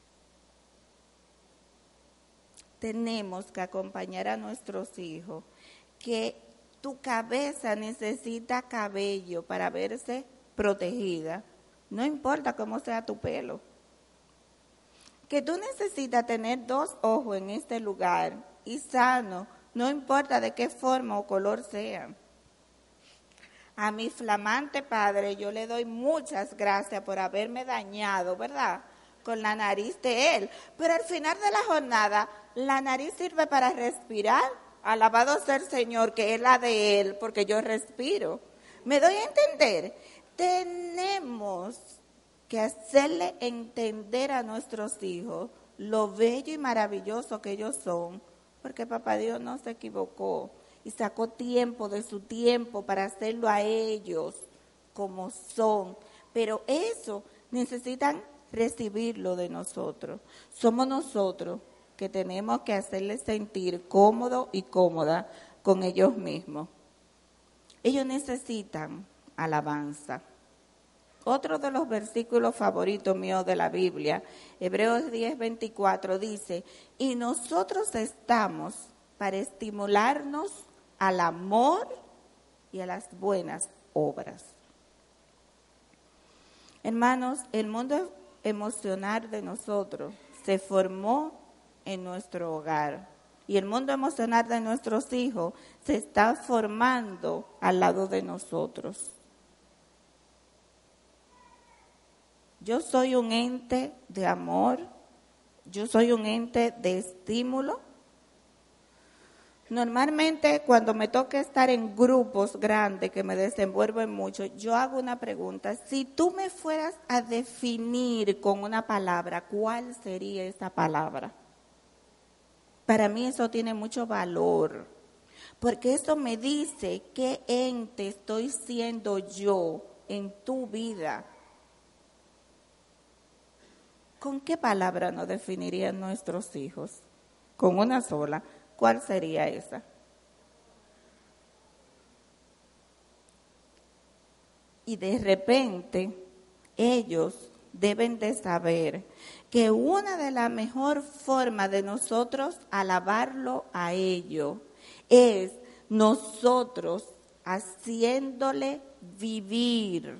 Tenemos que acompañar a nuestros hijos, que tu cabeza necesita cabello para verse protegida. No importa cómo sea tu pelo. Que tú necesitas tener 2 ojos en este lugar y sano, no importa de qué forma o color sean. A mi flamante padre yo le doy muchas gracias por haberme dañado, ¿verdad?, con la nariz de él. Pero al final de la jornada, la nariz sirve para respirar. Alabado sea el Señor, que es la de él, porque yo respiro. ¿Me doy a entender? Tenemos que hacerle entender a nuestros hijos lo bello y maravilloso que ellos son, porque Papá Dios no se equivocó y sacó tiempo de su tiempo para hacerlo a ellos como son. Pero eso necesitan recibirlo de nosotros. Somos nosotros que tenemos que hacerles sentir cómodo y cómoda con ellos mismos. Ellos necesitan alabanza. Otro de los versículos favoritos míos de la Biblia, Hebreos 10:24, dice: y nosotros estamos para estimularnos al amor y a las buenas obras. Hermanos, el mundo emocional de nosotros se formó en nuestro hogar y el mundo emocional de nuestros hijos se está formando al lado de nosotros. Yo soy un ente de amor, yo soy un ente de estímulo. Normalmente cuando me toca estar en grupos grandes que me desenvuelven mucho, yo hago una pregunta. Si tú me fueras a definir con una palabra, ¿cuál sería esa palabra? Para mí eso tiene mucho valor, porque eso me dice qué ente estoy siendo yo en tu vida. ¿Con qué palabra nos definirían nuestros hijos? Con una sola. ¿Cuál sería esa? Y de repente, ellos deben de saber que una de las mejores formas de nosotros alabarlo a ellos es nosotros haciéndole vivir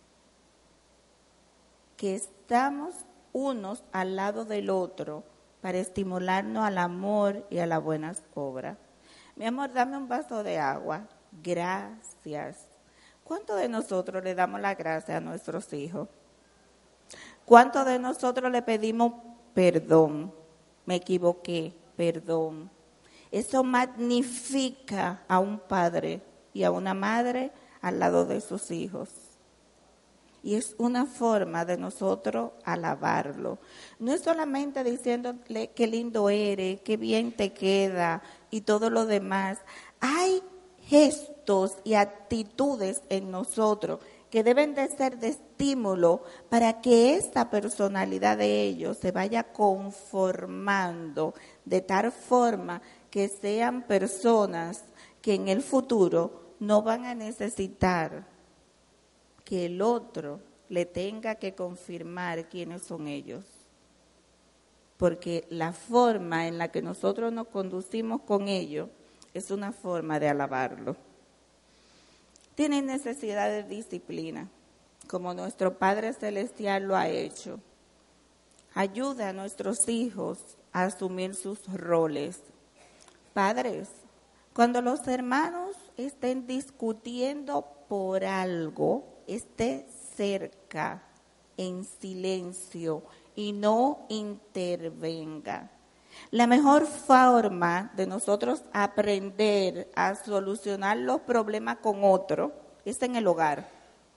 que estamos unos al lado del otro para estimularnos al amor y a las buenas obras. Mi amor, dame un vaso de agua. Gracias. ¿Cuántos de nosotros le damos la gracia a nuestros hijos? ¿Cuántos de nosotros le pedimos perdón? Me equivoqué, perdón. Eso magnifica a un padre y a una madre al lado de sus hijos. Y es una forma de nosotros alabarlo. No es solamente diciéndole qué lindo eres, qué bien te queda y todo lo demás. Hay gestos y actitudes en nosotros que deben de ser de estímulo para que esta personalidad de ellos se vaya conformando de tal forma que sean personas que en el futuro no van a necesitar que el otro le tenga que confirmar quiénes son ellos. Porque la forma en la que nosotros nos conducimos con ellos es una forma de alabarlo. Tienen necesidad de disciplina, como nuestro Padre Celestial lo ha hecho. Ayuda a nuestros hijos a asumir sus roles. Padres, cuando los hermanos estén discutiendo por algo, esté cerca, en silencio, y no intervenga. La mejor forma de nosotros aprender a solucionar los problemas con otro es en el hogar.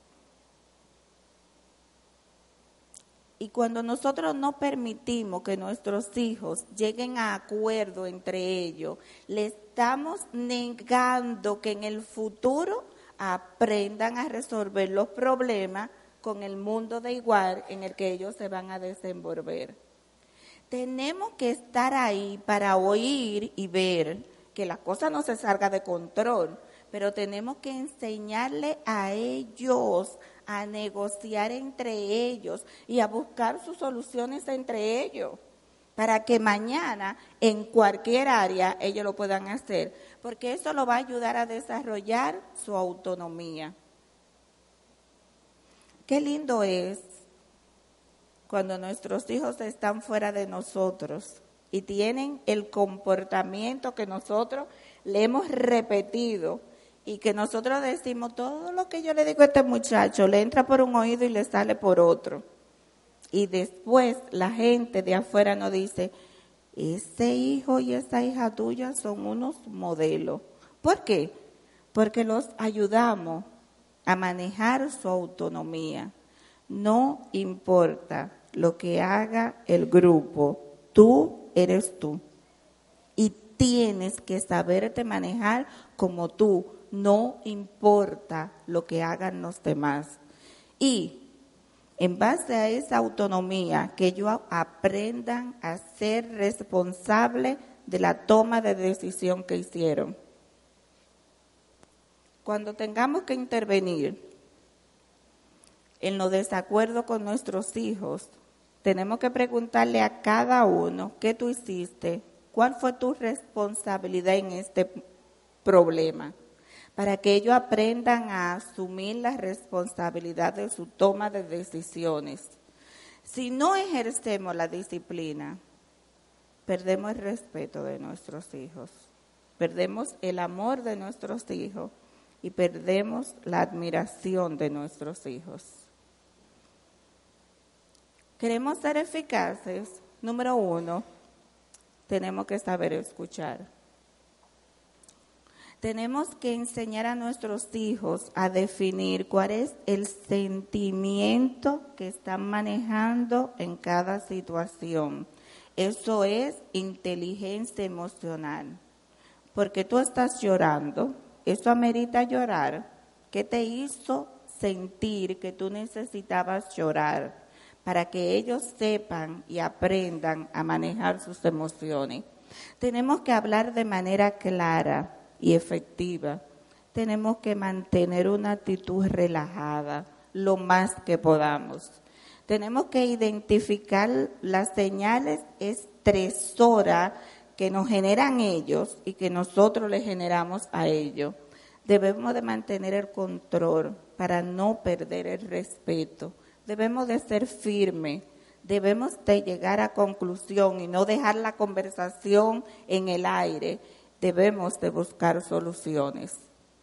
Y cuando nosotros no permitimos que nuestros hijos lleguen a acuerdo entre ellos, le estamos negando que en el futuro aprendan a resolver los problemas con el mundo de igual en el que ellos se van a desenvolver. Tenemos que estar ahí para oír y ver que la cosa no se salga de control, pero tenemos que enseñarle a ellos a negociar entre ellos y a buscar sus soluciones entre ellos, para que mañana en cualquier área ellos lo puedan hacer, porque eso lo va a ayudar a desarrollar su autonomía. Qué lindo es cuando nuestros hijos están fuera de nosotros y tienen el comportamiento que nosotros le hemos repetido y que nosotros decimos, todo lo que yo le digo a este muchacho le entra por un oído y le sale por otro. Y después la gente de afuera nos dice, ese hijo y esa hija tuya son unos modelos. ¿Por qué? Porque los ayudamos a manejar su autonomía. No importa lo que haga el grupo, tú eres tú. Y tienes que saberte manejar como tú, no importa lo que hagan los demás. Y en base a esa autonomía, que ellos aprendan a ser responsables de la toma de decisión que hicieron. Cuando tengamos que intervenir en los desacuerdos con nuestros hijos, tenemos que preguntarle a cada uno, ¿qué tú hiciste? ¿Cuál fue tu responsabilidad en este problema? Para que ellos aprendan a asumir la responsabilidad de su toma de decisiones. Si no ejercemos la disciplina, perdemos el respeto de nuestros hijos, perdemos el amor de nuestros hijos y perdemos la admiración de nuestros hijos. ¿Queremos ser eficaces? Número 1, tenemos que saber escuchar. Tenemos que enseñar a nuestros hijos a definir cuál es el sentimiento que están manejando en cada situación. Eso es inteligencia emocional. Porque tú estás llorando, eso amerita llorar. ¿Qué te hizo sentir que tú necesitabas llorar? Para que ellos sepan y aprendan a manejar sus emociones. Tenemos que hablar de manera clara y efectiva. Tenemos que mantener una actitud relajada lo más que podamos. Tenemos que identificar las señales estresoras que nos generan ellos y que nosotros les generamos a ellos. Debemos de mantener el control para no perder el respeto. Debemos de ser firmes. Debemos de llegar a conclusión y no dejar la conversación en el aire. Debemos de buscar soluciones.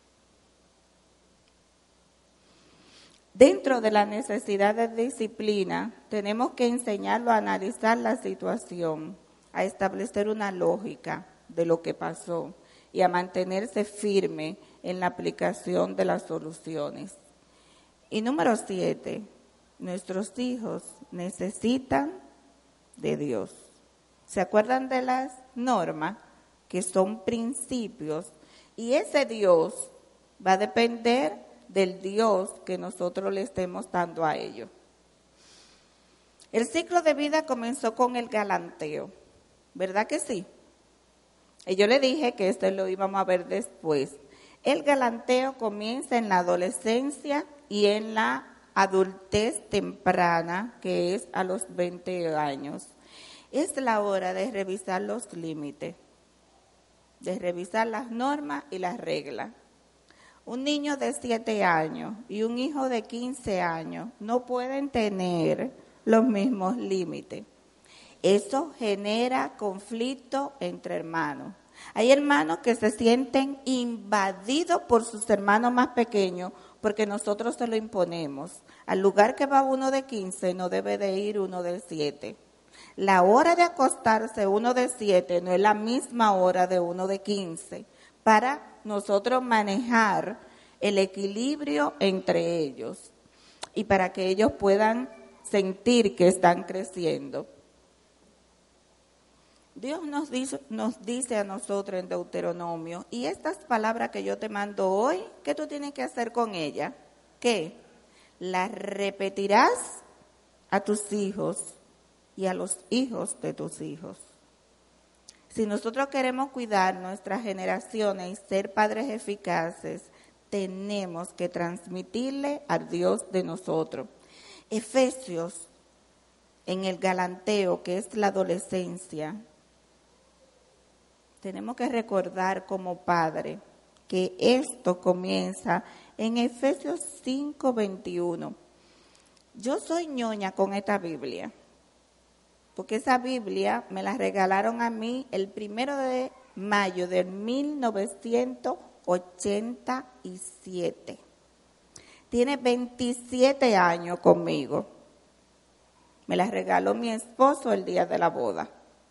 Dentro de la necesidad de disciplina, tenemos que enseñarlo a analizar la situación, a establecer una lógica de lo que pasó y a mantenerse firme en la aplicación de las soluciones. Y número 7, nuestros hijos necesitan de Dios. ¿Se acuerdan de las normas? Que son principios. Y ese Dios va a depender del Dios que nosotros le estemos dando a ellos. El ciclo de vida comenzó con el galanteo, ¿verdad que sí? Y yo le dije que esto lo íbamos a ver después. El galanteo comienza en la adolescencia y en la adultez temprana, que es a los 20 años. Es la hora de revisar los límites, de revisar las normas y las reglas. Un niño de 7 años y un hijo de 15 años no pueden tener los mismos límites. Eso genera conflicto entre hermanos. Hay hermanos que se sienten invadidos por sus hermanos más pequeños porque nosotros se lo imponemos. Al lugar que va uno de 15 no debe de ir uno de 7. La hora de acostarse uno de 7 no es la misma hora de uno de 15 para nosotros manejar el equilibrio entre ellos y para que ellos puedan sentir que están creciendo. Dios nos dice a nosotros en Deuteronomio, y estas palabras que yo te mando hoy, ¿qué tú tienes que hacer con ellas? ¿Qué? Las repetirás a tus hijos y a los hijos de tus hijos. Si nosotros queremos cuidar nuestras generaciones y ser padres eficaces, tenemos que transmitirle al Dios de nosotros. Efesios, en el galanteo, que es la adolescencia, tenemos que recordar como padre que esto comienza en Efesios 5:21. Yo soy ñoña con esta Biblia, porque esa Biblia me la regalaron a mí el 1 de mayo de 1987. Tiene 27 años conmigo. Me la regaló mi esposo el día de la boda.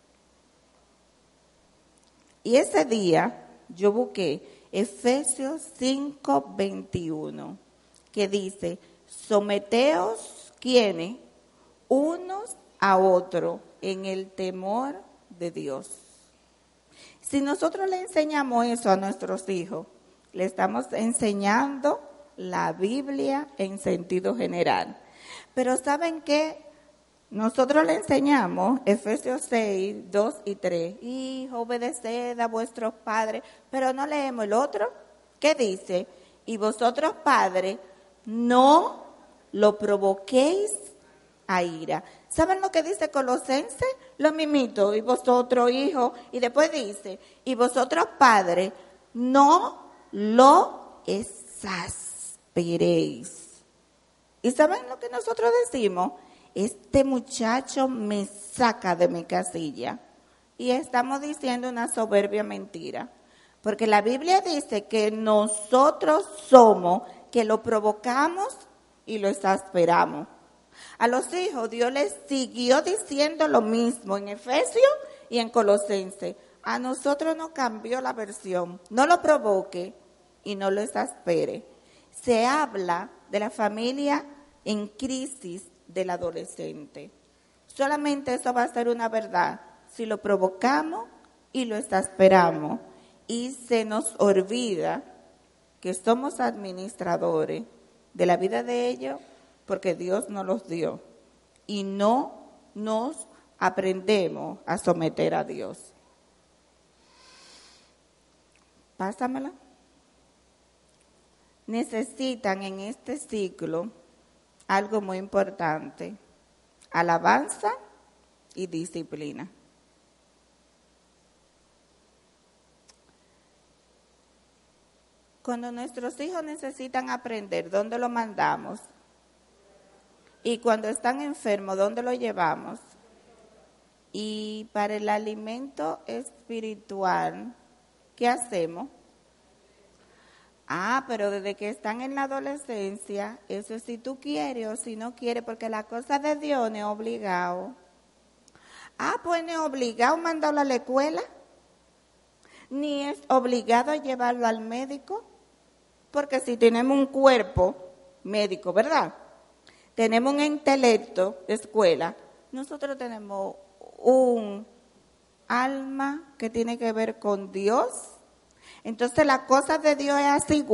Y ese día yo busqué Efesios 5:21, que dice, someteos, ¿quiénes? Unos a otros en el temor de Dios. Si nosotros le enseñamos eso a nuestros hijos, le estamos enseñando la Biblia en sentido general. Pero ¿saben qué? Nosotros le enseñamos Efesios 6, 2 y 3. Hijo, obedeced a vuestros padres, pero no leemos el otro. ¿Qué dice? Y vosotros, padres, no lo provoquéis a ira. ¿Saben lo que dice Colosenses? Lo mismito, y vosotros, hijos, y después dice, y vosotros, padres, no lo exasperéis. ¿Y saben lo que nosotros decimos? Este muchacho me saca de mi casilla. Y estamos diciendo una soberbia mentira. Porque la Biblia dice que nosotros somos que lo provocamos y lo exasperamos. A los hijos Dios les siguió diciendo lo mismo en Efesios y en Colosenses. A nosotros nos cambió la versión. No lo provoque y no lo exaspere. Se habla de la familia en crisis del adolescente. Solamente eso va a ser una verdad si lo provocamos y lo exasperamos y se nos olvida que somos administradores de la vida de ellos porque Dios nos los dio y no nos aprendemos a someter a Dios. Pásamela. Necesitan en este ciclo algo muy importante, alabanza y disciplina. Cuando nuestros hijos necesitan aprender, ¿dónde lo mandamos? Y cuando están enfermos, ¿dónde lo llevamos? Y para el alimento espiritual, ¿qué hacemos? Pero desde que están en la adolescencia, eso es si tú quieres o si no quieres, porque la cosa de Dios no es obligado. Pues no es obligado mandarlo a la escuela, ni es obligado llevarlo al médico, porque si tenemos un cuerpo médico, ¿verdad? tenemos un intelecto de escuela, nosotros tenemos un alma que tiene que ver con Dios. Entonces la cosa de Dios es así,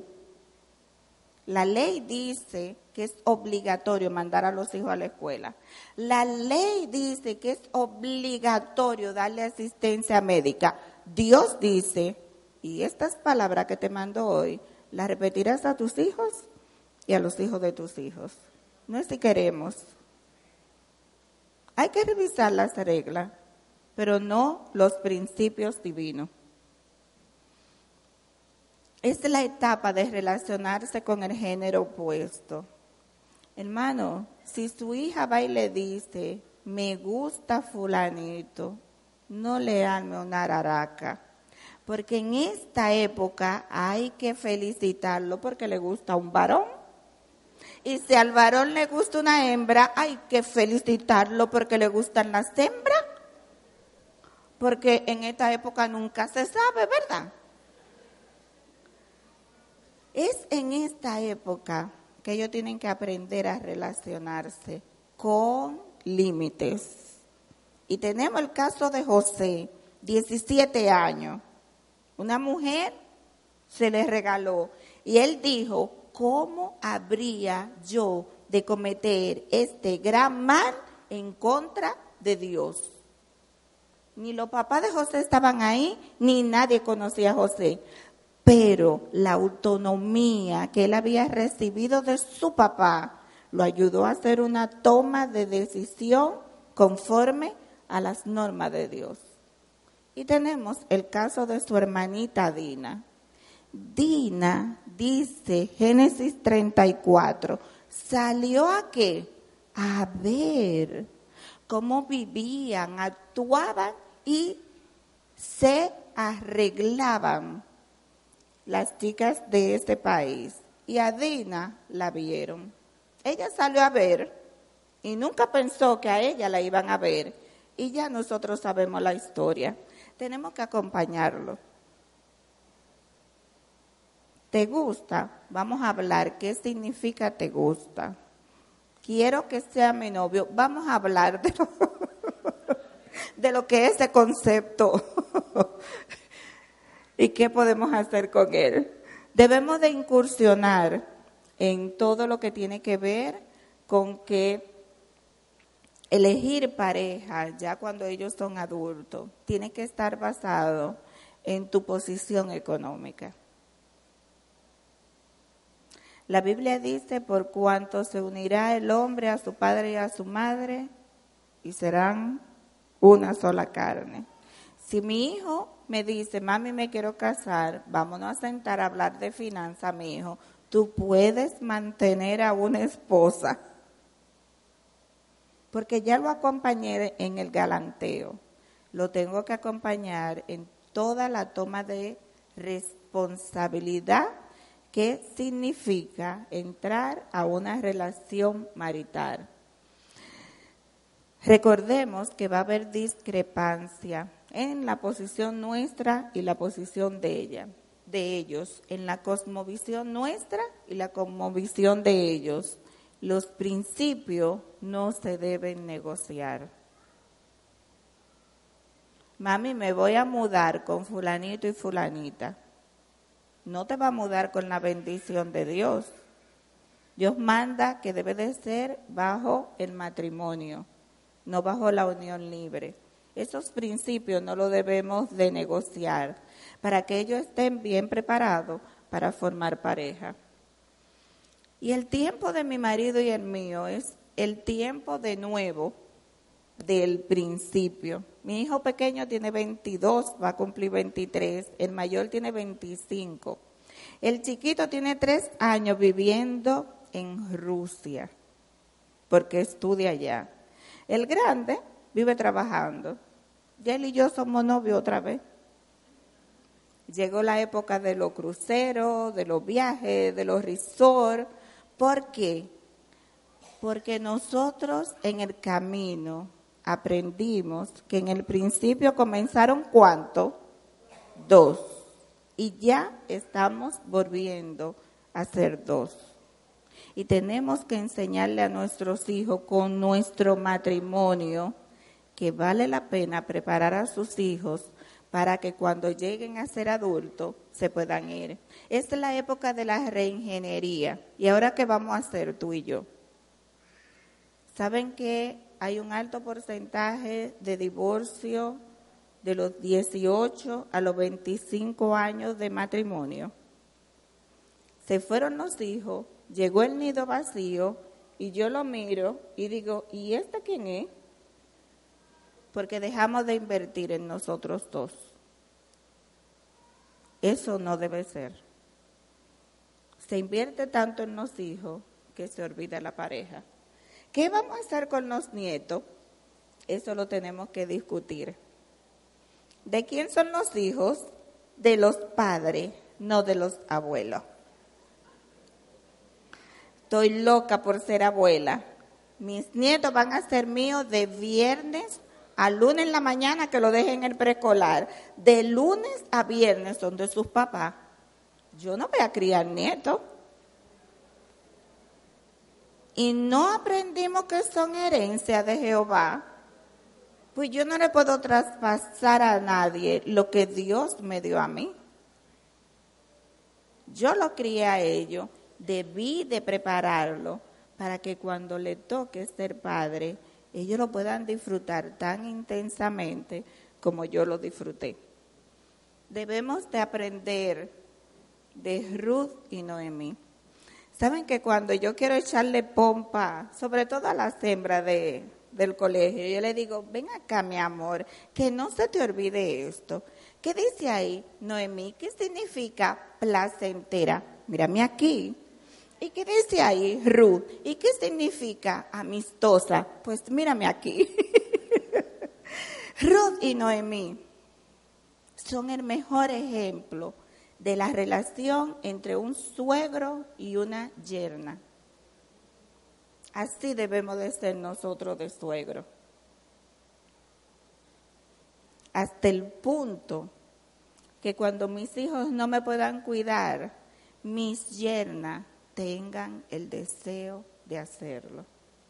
la ley dice que es obligatorio mandar a los hijos a la escuela. La ley dice que es obligatorio darle asistencia médica. Dios dice, y estas palabras que te mando hoy, las repetirás a tus hijos y a los hijos de tus hijos. No es si queremos. Hay que revisar las reglas, pero no los principios divinos. Es la etapa de relacionarse con el género opuesto. Hermano, si su hija va y le dice, me gusta fulanito, no le arme una araraca. Porque en esta época hay que felicitarlo porque le gusta un varón. Y si al varón le gusta una hembra, hay que felicitarlo porque le gustan las hembras. Porque en esta época nunca se sabe, ¿verdad? Es en esta época que ellos tienen que aprender a relacionarse con límites. Y tenemos el caso de José, 17 años. Una mujer se le regaló y él dijo, ¿cómo habría yo de cometer este gran mal en contra de Dios? Ni los papás de José estaban ahí, ni nadie conocía a José. Pero la autonomía que él había recibido de su papá lo ayudó a hacer una toma de decisión conforme a las normas de Dios. Y tenemos el caso de su hermanita Dina. Dina, dice Génesis 34, ¿salió a qué? A ver cómo vivían, actuaban y se arreglaban las chicas de este país. Y a Dina la vieron. Ella salió a ver y nunca pensó que a ella la iban a ver. Y ya nosotros sabemos la historia. Tenemos que acompañarlo. ¿Te gusta? Vamos a hablar. ¿Qué significa te gusta? Quiero que sea mi novio. Vamos a hablar de lo que es ese concepto. ¿Y qué podemos hacer con él? Debemos de incursionar en todo lo que tiene que ver con que elegir pareja ya cuando ellos son adultos tiene que estar basado en tu posición económica. La Biblia dice, por cuanto se unirá el hombre a su padre y a su madre y serán una sola carne. Si mi hijo me dice, mami, me quiero casar, vámonos a sentar a hablar de finanzas, mi hijo, tú puedes mantener a una esposa. Porque ya lo acompañé en el galanteo, lo tengo que acompañar en toda la toma de responsabilidad que significa entrar a una relación marital. Recordemos que va a haber discrepancia en la posición nuestra y la posición de ellos, en la cosmovisión nuestra y la cosmovisión de ellos. Los principios no se deben negociar. Mami, me voy a mudar con fulanito y fulanita. No te va a mudar con la bendición de Dios. Dios manda que debe de ser bajo el matrimonio, no bajo la unión libre. Esos principios no los debemos de negociar para que ellos estén bien preparados para formar pareja. Y el tiempo de mi marido y el mío es el tiempo de nuevo del principio. Mi hijo pequeño tiene 22, va a cumplir 23, el mayor tiene 25. El chiquito tiene 3 años viviendo en Rusia, porque estudia allá. El grande vive trabajando. Ya él y yo somos novios otra vez. Llegó la época de los cruceros, de los viajes, de los resorts. ¿Por qué? Porque nosotros en el camino aprendimos que en el principio comenzaron ¿cuánto? 2. Y ya estamos volviendo a ser 2. Y tenemos que enseñarle a nuestros hijos con nuestro matrimonio que vale la pena preparar a sus hijos para que cuando lleguen a ser adultos se puedan ir. Esta es la época de la reingeniería. ¿Y ahora qué vamos a hacer tú y yo? ¿Saben que hay un alto porcentaje de divorcio de los 18 a los 25 años de matrimonio? Se fueron los hijos, llegó el nido vacío y yo lo miro y digo, ¿y este quién es? Porque dejamos de invertir en nosotros dos. Eso no debe ser. Se invierte tanto en los hijos que se olvida la pareja. ¿Qué vamos a hacer con los nietos? Eso lo tenemos que discutir. ¿De quién son los hijos? De los padres, no de los abuelos. Estoy loca por ser abuela. Mis nietos van a ser míos de viernes a lunes en la mañana, que lo dejen en el preescolar. De lunes a viernes son de sus papás. Yo no voy a criar nietos. Y no aprendimos que son herencia de Jehová. Pues yo no le puedo traspasar a nadie lo que Dios me dio a mí. Yo lo crié a ellos. Debí de prepararlo para que cuando le toque ser padre, ellos lo puedan disfrutar tan intensamente como yo lo disfruté. Debemos de aprender de Ruth y Noemí. Saben que cuando yo quiero echarle pompa, sobre todo a las hembras del colegio, yo le digo, ven acá mi amor, que no se te olvide esto. ¿Qué dice ahí, Noemí? ¿Qué significa placentera? Mírame aquí. ¿Y qué dice ahí, Ruth? ¿Y qué significa amistosa? Pues mírame aquí. Ruth y Noemí son el mejor ejemplo de la relación entre un suegro y una yerna. Así debemos de ser nosotros de suegro. Hasta el punto que cuando mis hijos no me puedan cuidar, mis yernas tengan el deseo de hacerlo.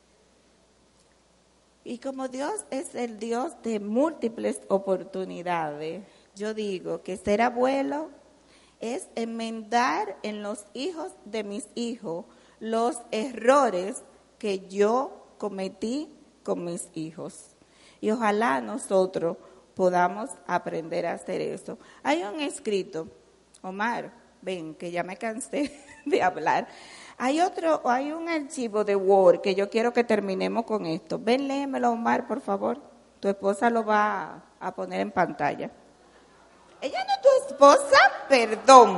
Y como Dios es el Dios de múltiples oportunidades, yo digo que ser abuelo es enmendar en los hijos de mis hijos los errores que yo cometí con mis hijos. Y ojalá nosotros podamos aprender a hacer eso. Hay un escrito, Omar, ven, que ya me cansé de hablar. Hay un archivo de Word que yo quiero que terminemos con esto. Ven, léemelo, Omar, por favor. Tu esposa lo va a poner en pantalla. ¿Ella no es tu esposa? Perdón.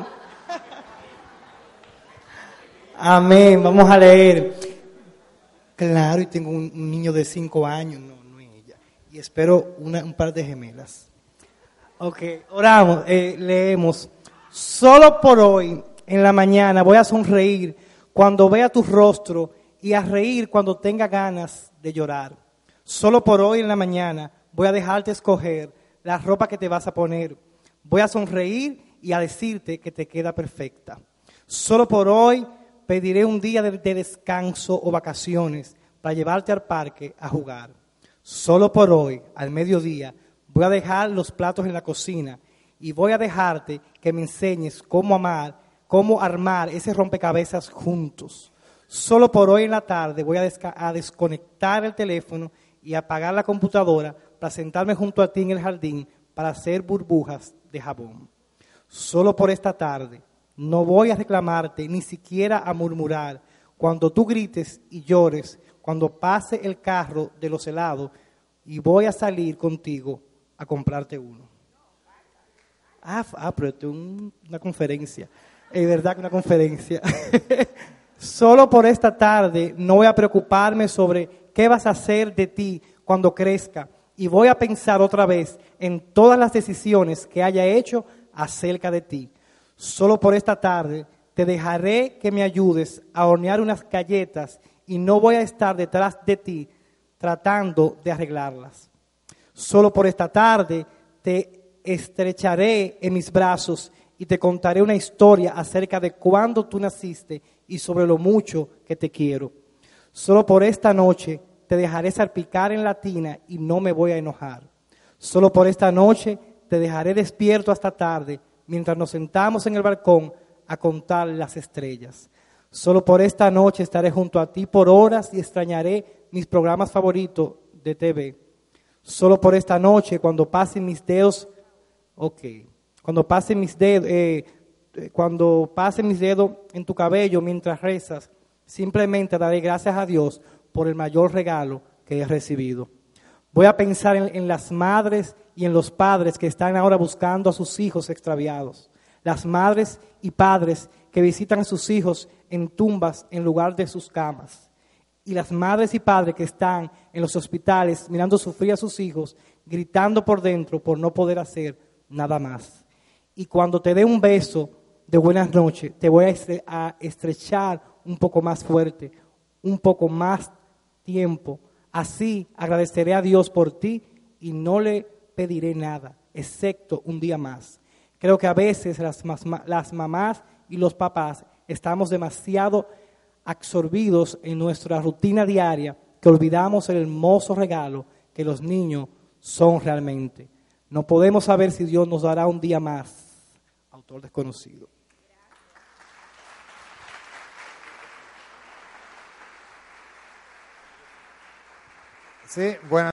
Amén, vamos a leer. Claro, y tengo un niño de 5 años, no es ella. Y espero un par de gemelas. Ok, oramos, leemos. Solo por hoy, en la mañana, voy a sonreír cuando vea tu rostro y a reír cuando tenga ganas de llorar. Solo por hoy, en la mañana, voy a dejarte escoger la ropa que te vas a poner. Voy a sonreír y a decirte que te queda perfecta. Solo por hoy pediré un día de descanso o vacaciones para llevarte al parque a jugar. Solo por hoy, al mediodía, voy a dejar los platos en la cocina y voy a dejarte que me enseñes cómo armar ese rompecabezas juntos. Solo por hoy en la tarde voy a desconectar el teléfono y apagar la computadora para sentarme junto a ti en el jardín para hacer burbujas de jabón. Solo por esta tarde no voy a reclamarte ni siquiera a murmurar cuando tú grites y llores cuando pase el carro de los helados y voy a salir contigo a comprarte uno. Pero esto es una conferencia. Es verdad que una conferencia. Solo por esta tarde no voy a preocuparme sobre qué vas a hacer de ti cuando crezca y voy a pensar otra vez en todas las decisiones que haya hecho acerca de ti. Solo por esta tarde te dejaré que me ayudes a hornear unas galletas y no voy a estar detrás de ti tratando de arreglarlas. Solo por esta tarde te estrecharé en mis brazos y te contaré una historia acerca de cuándo tú naciste y sobre lo mucho que te quiero. Solo por esta noche te dejaré salpicar en la tina y no me voy a enojar. Solo por esta noche te dejaré despierto hasta tarde mientras nos sentamos en el balcón a contar las estrellas. Solo por esta noche estaré junto a ti por horas y extrañaré mis programas favoritos de TV. Solo por esta noche, cuando pasen mis dedos, cuando pasen mis dedos en tu cabello mientras rezas, simplemente daré gracias a Dios por el mayor regalo que he recibido. Voy a pensar en las madres y en los padres que están ahora buscando a sus hijos extraviados. Las madres y padres que visitan a sus hijos en tumbas en lugar de sus camas. Y las madres y padres que están en los hospitales mirando sufrir a sus hijos, gritando por dentro por no poder hacer nada más. Y cuando te dé un beso de buenas noches, te voy a estrechar un poco más fuerte, un poco más tiempo. Así agradeceré a Dios por ti y no le pediré nada, excepto un día más. Creo que a veces las mamás y los papás estamos demasiado absorbidos en nuestra rutina diaria que olvidamos el hermoso regalo que los niños son realmente. No podemos saber si Dios nos dará un día más. Autor desconocido. Sí, bueno.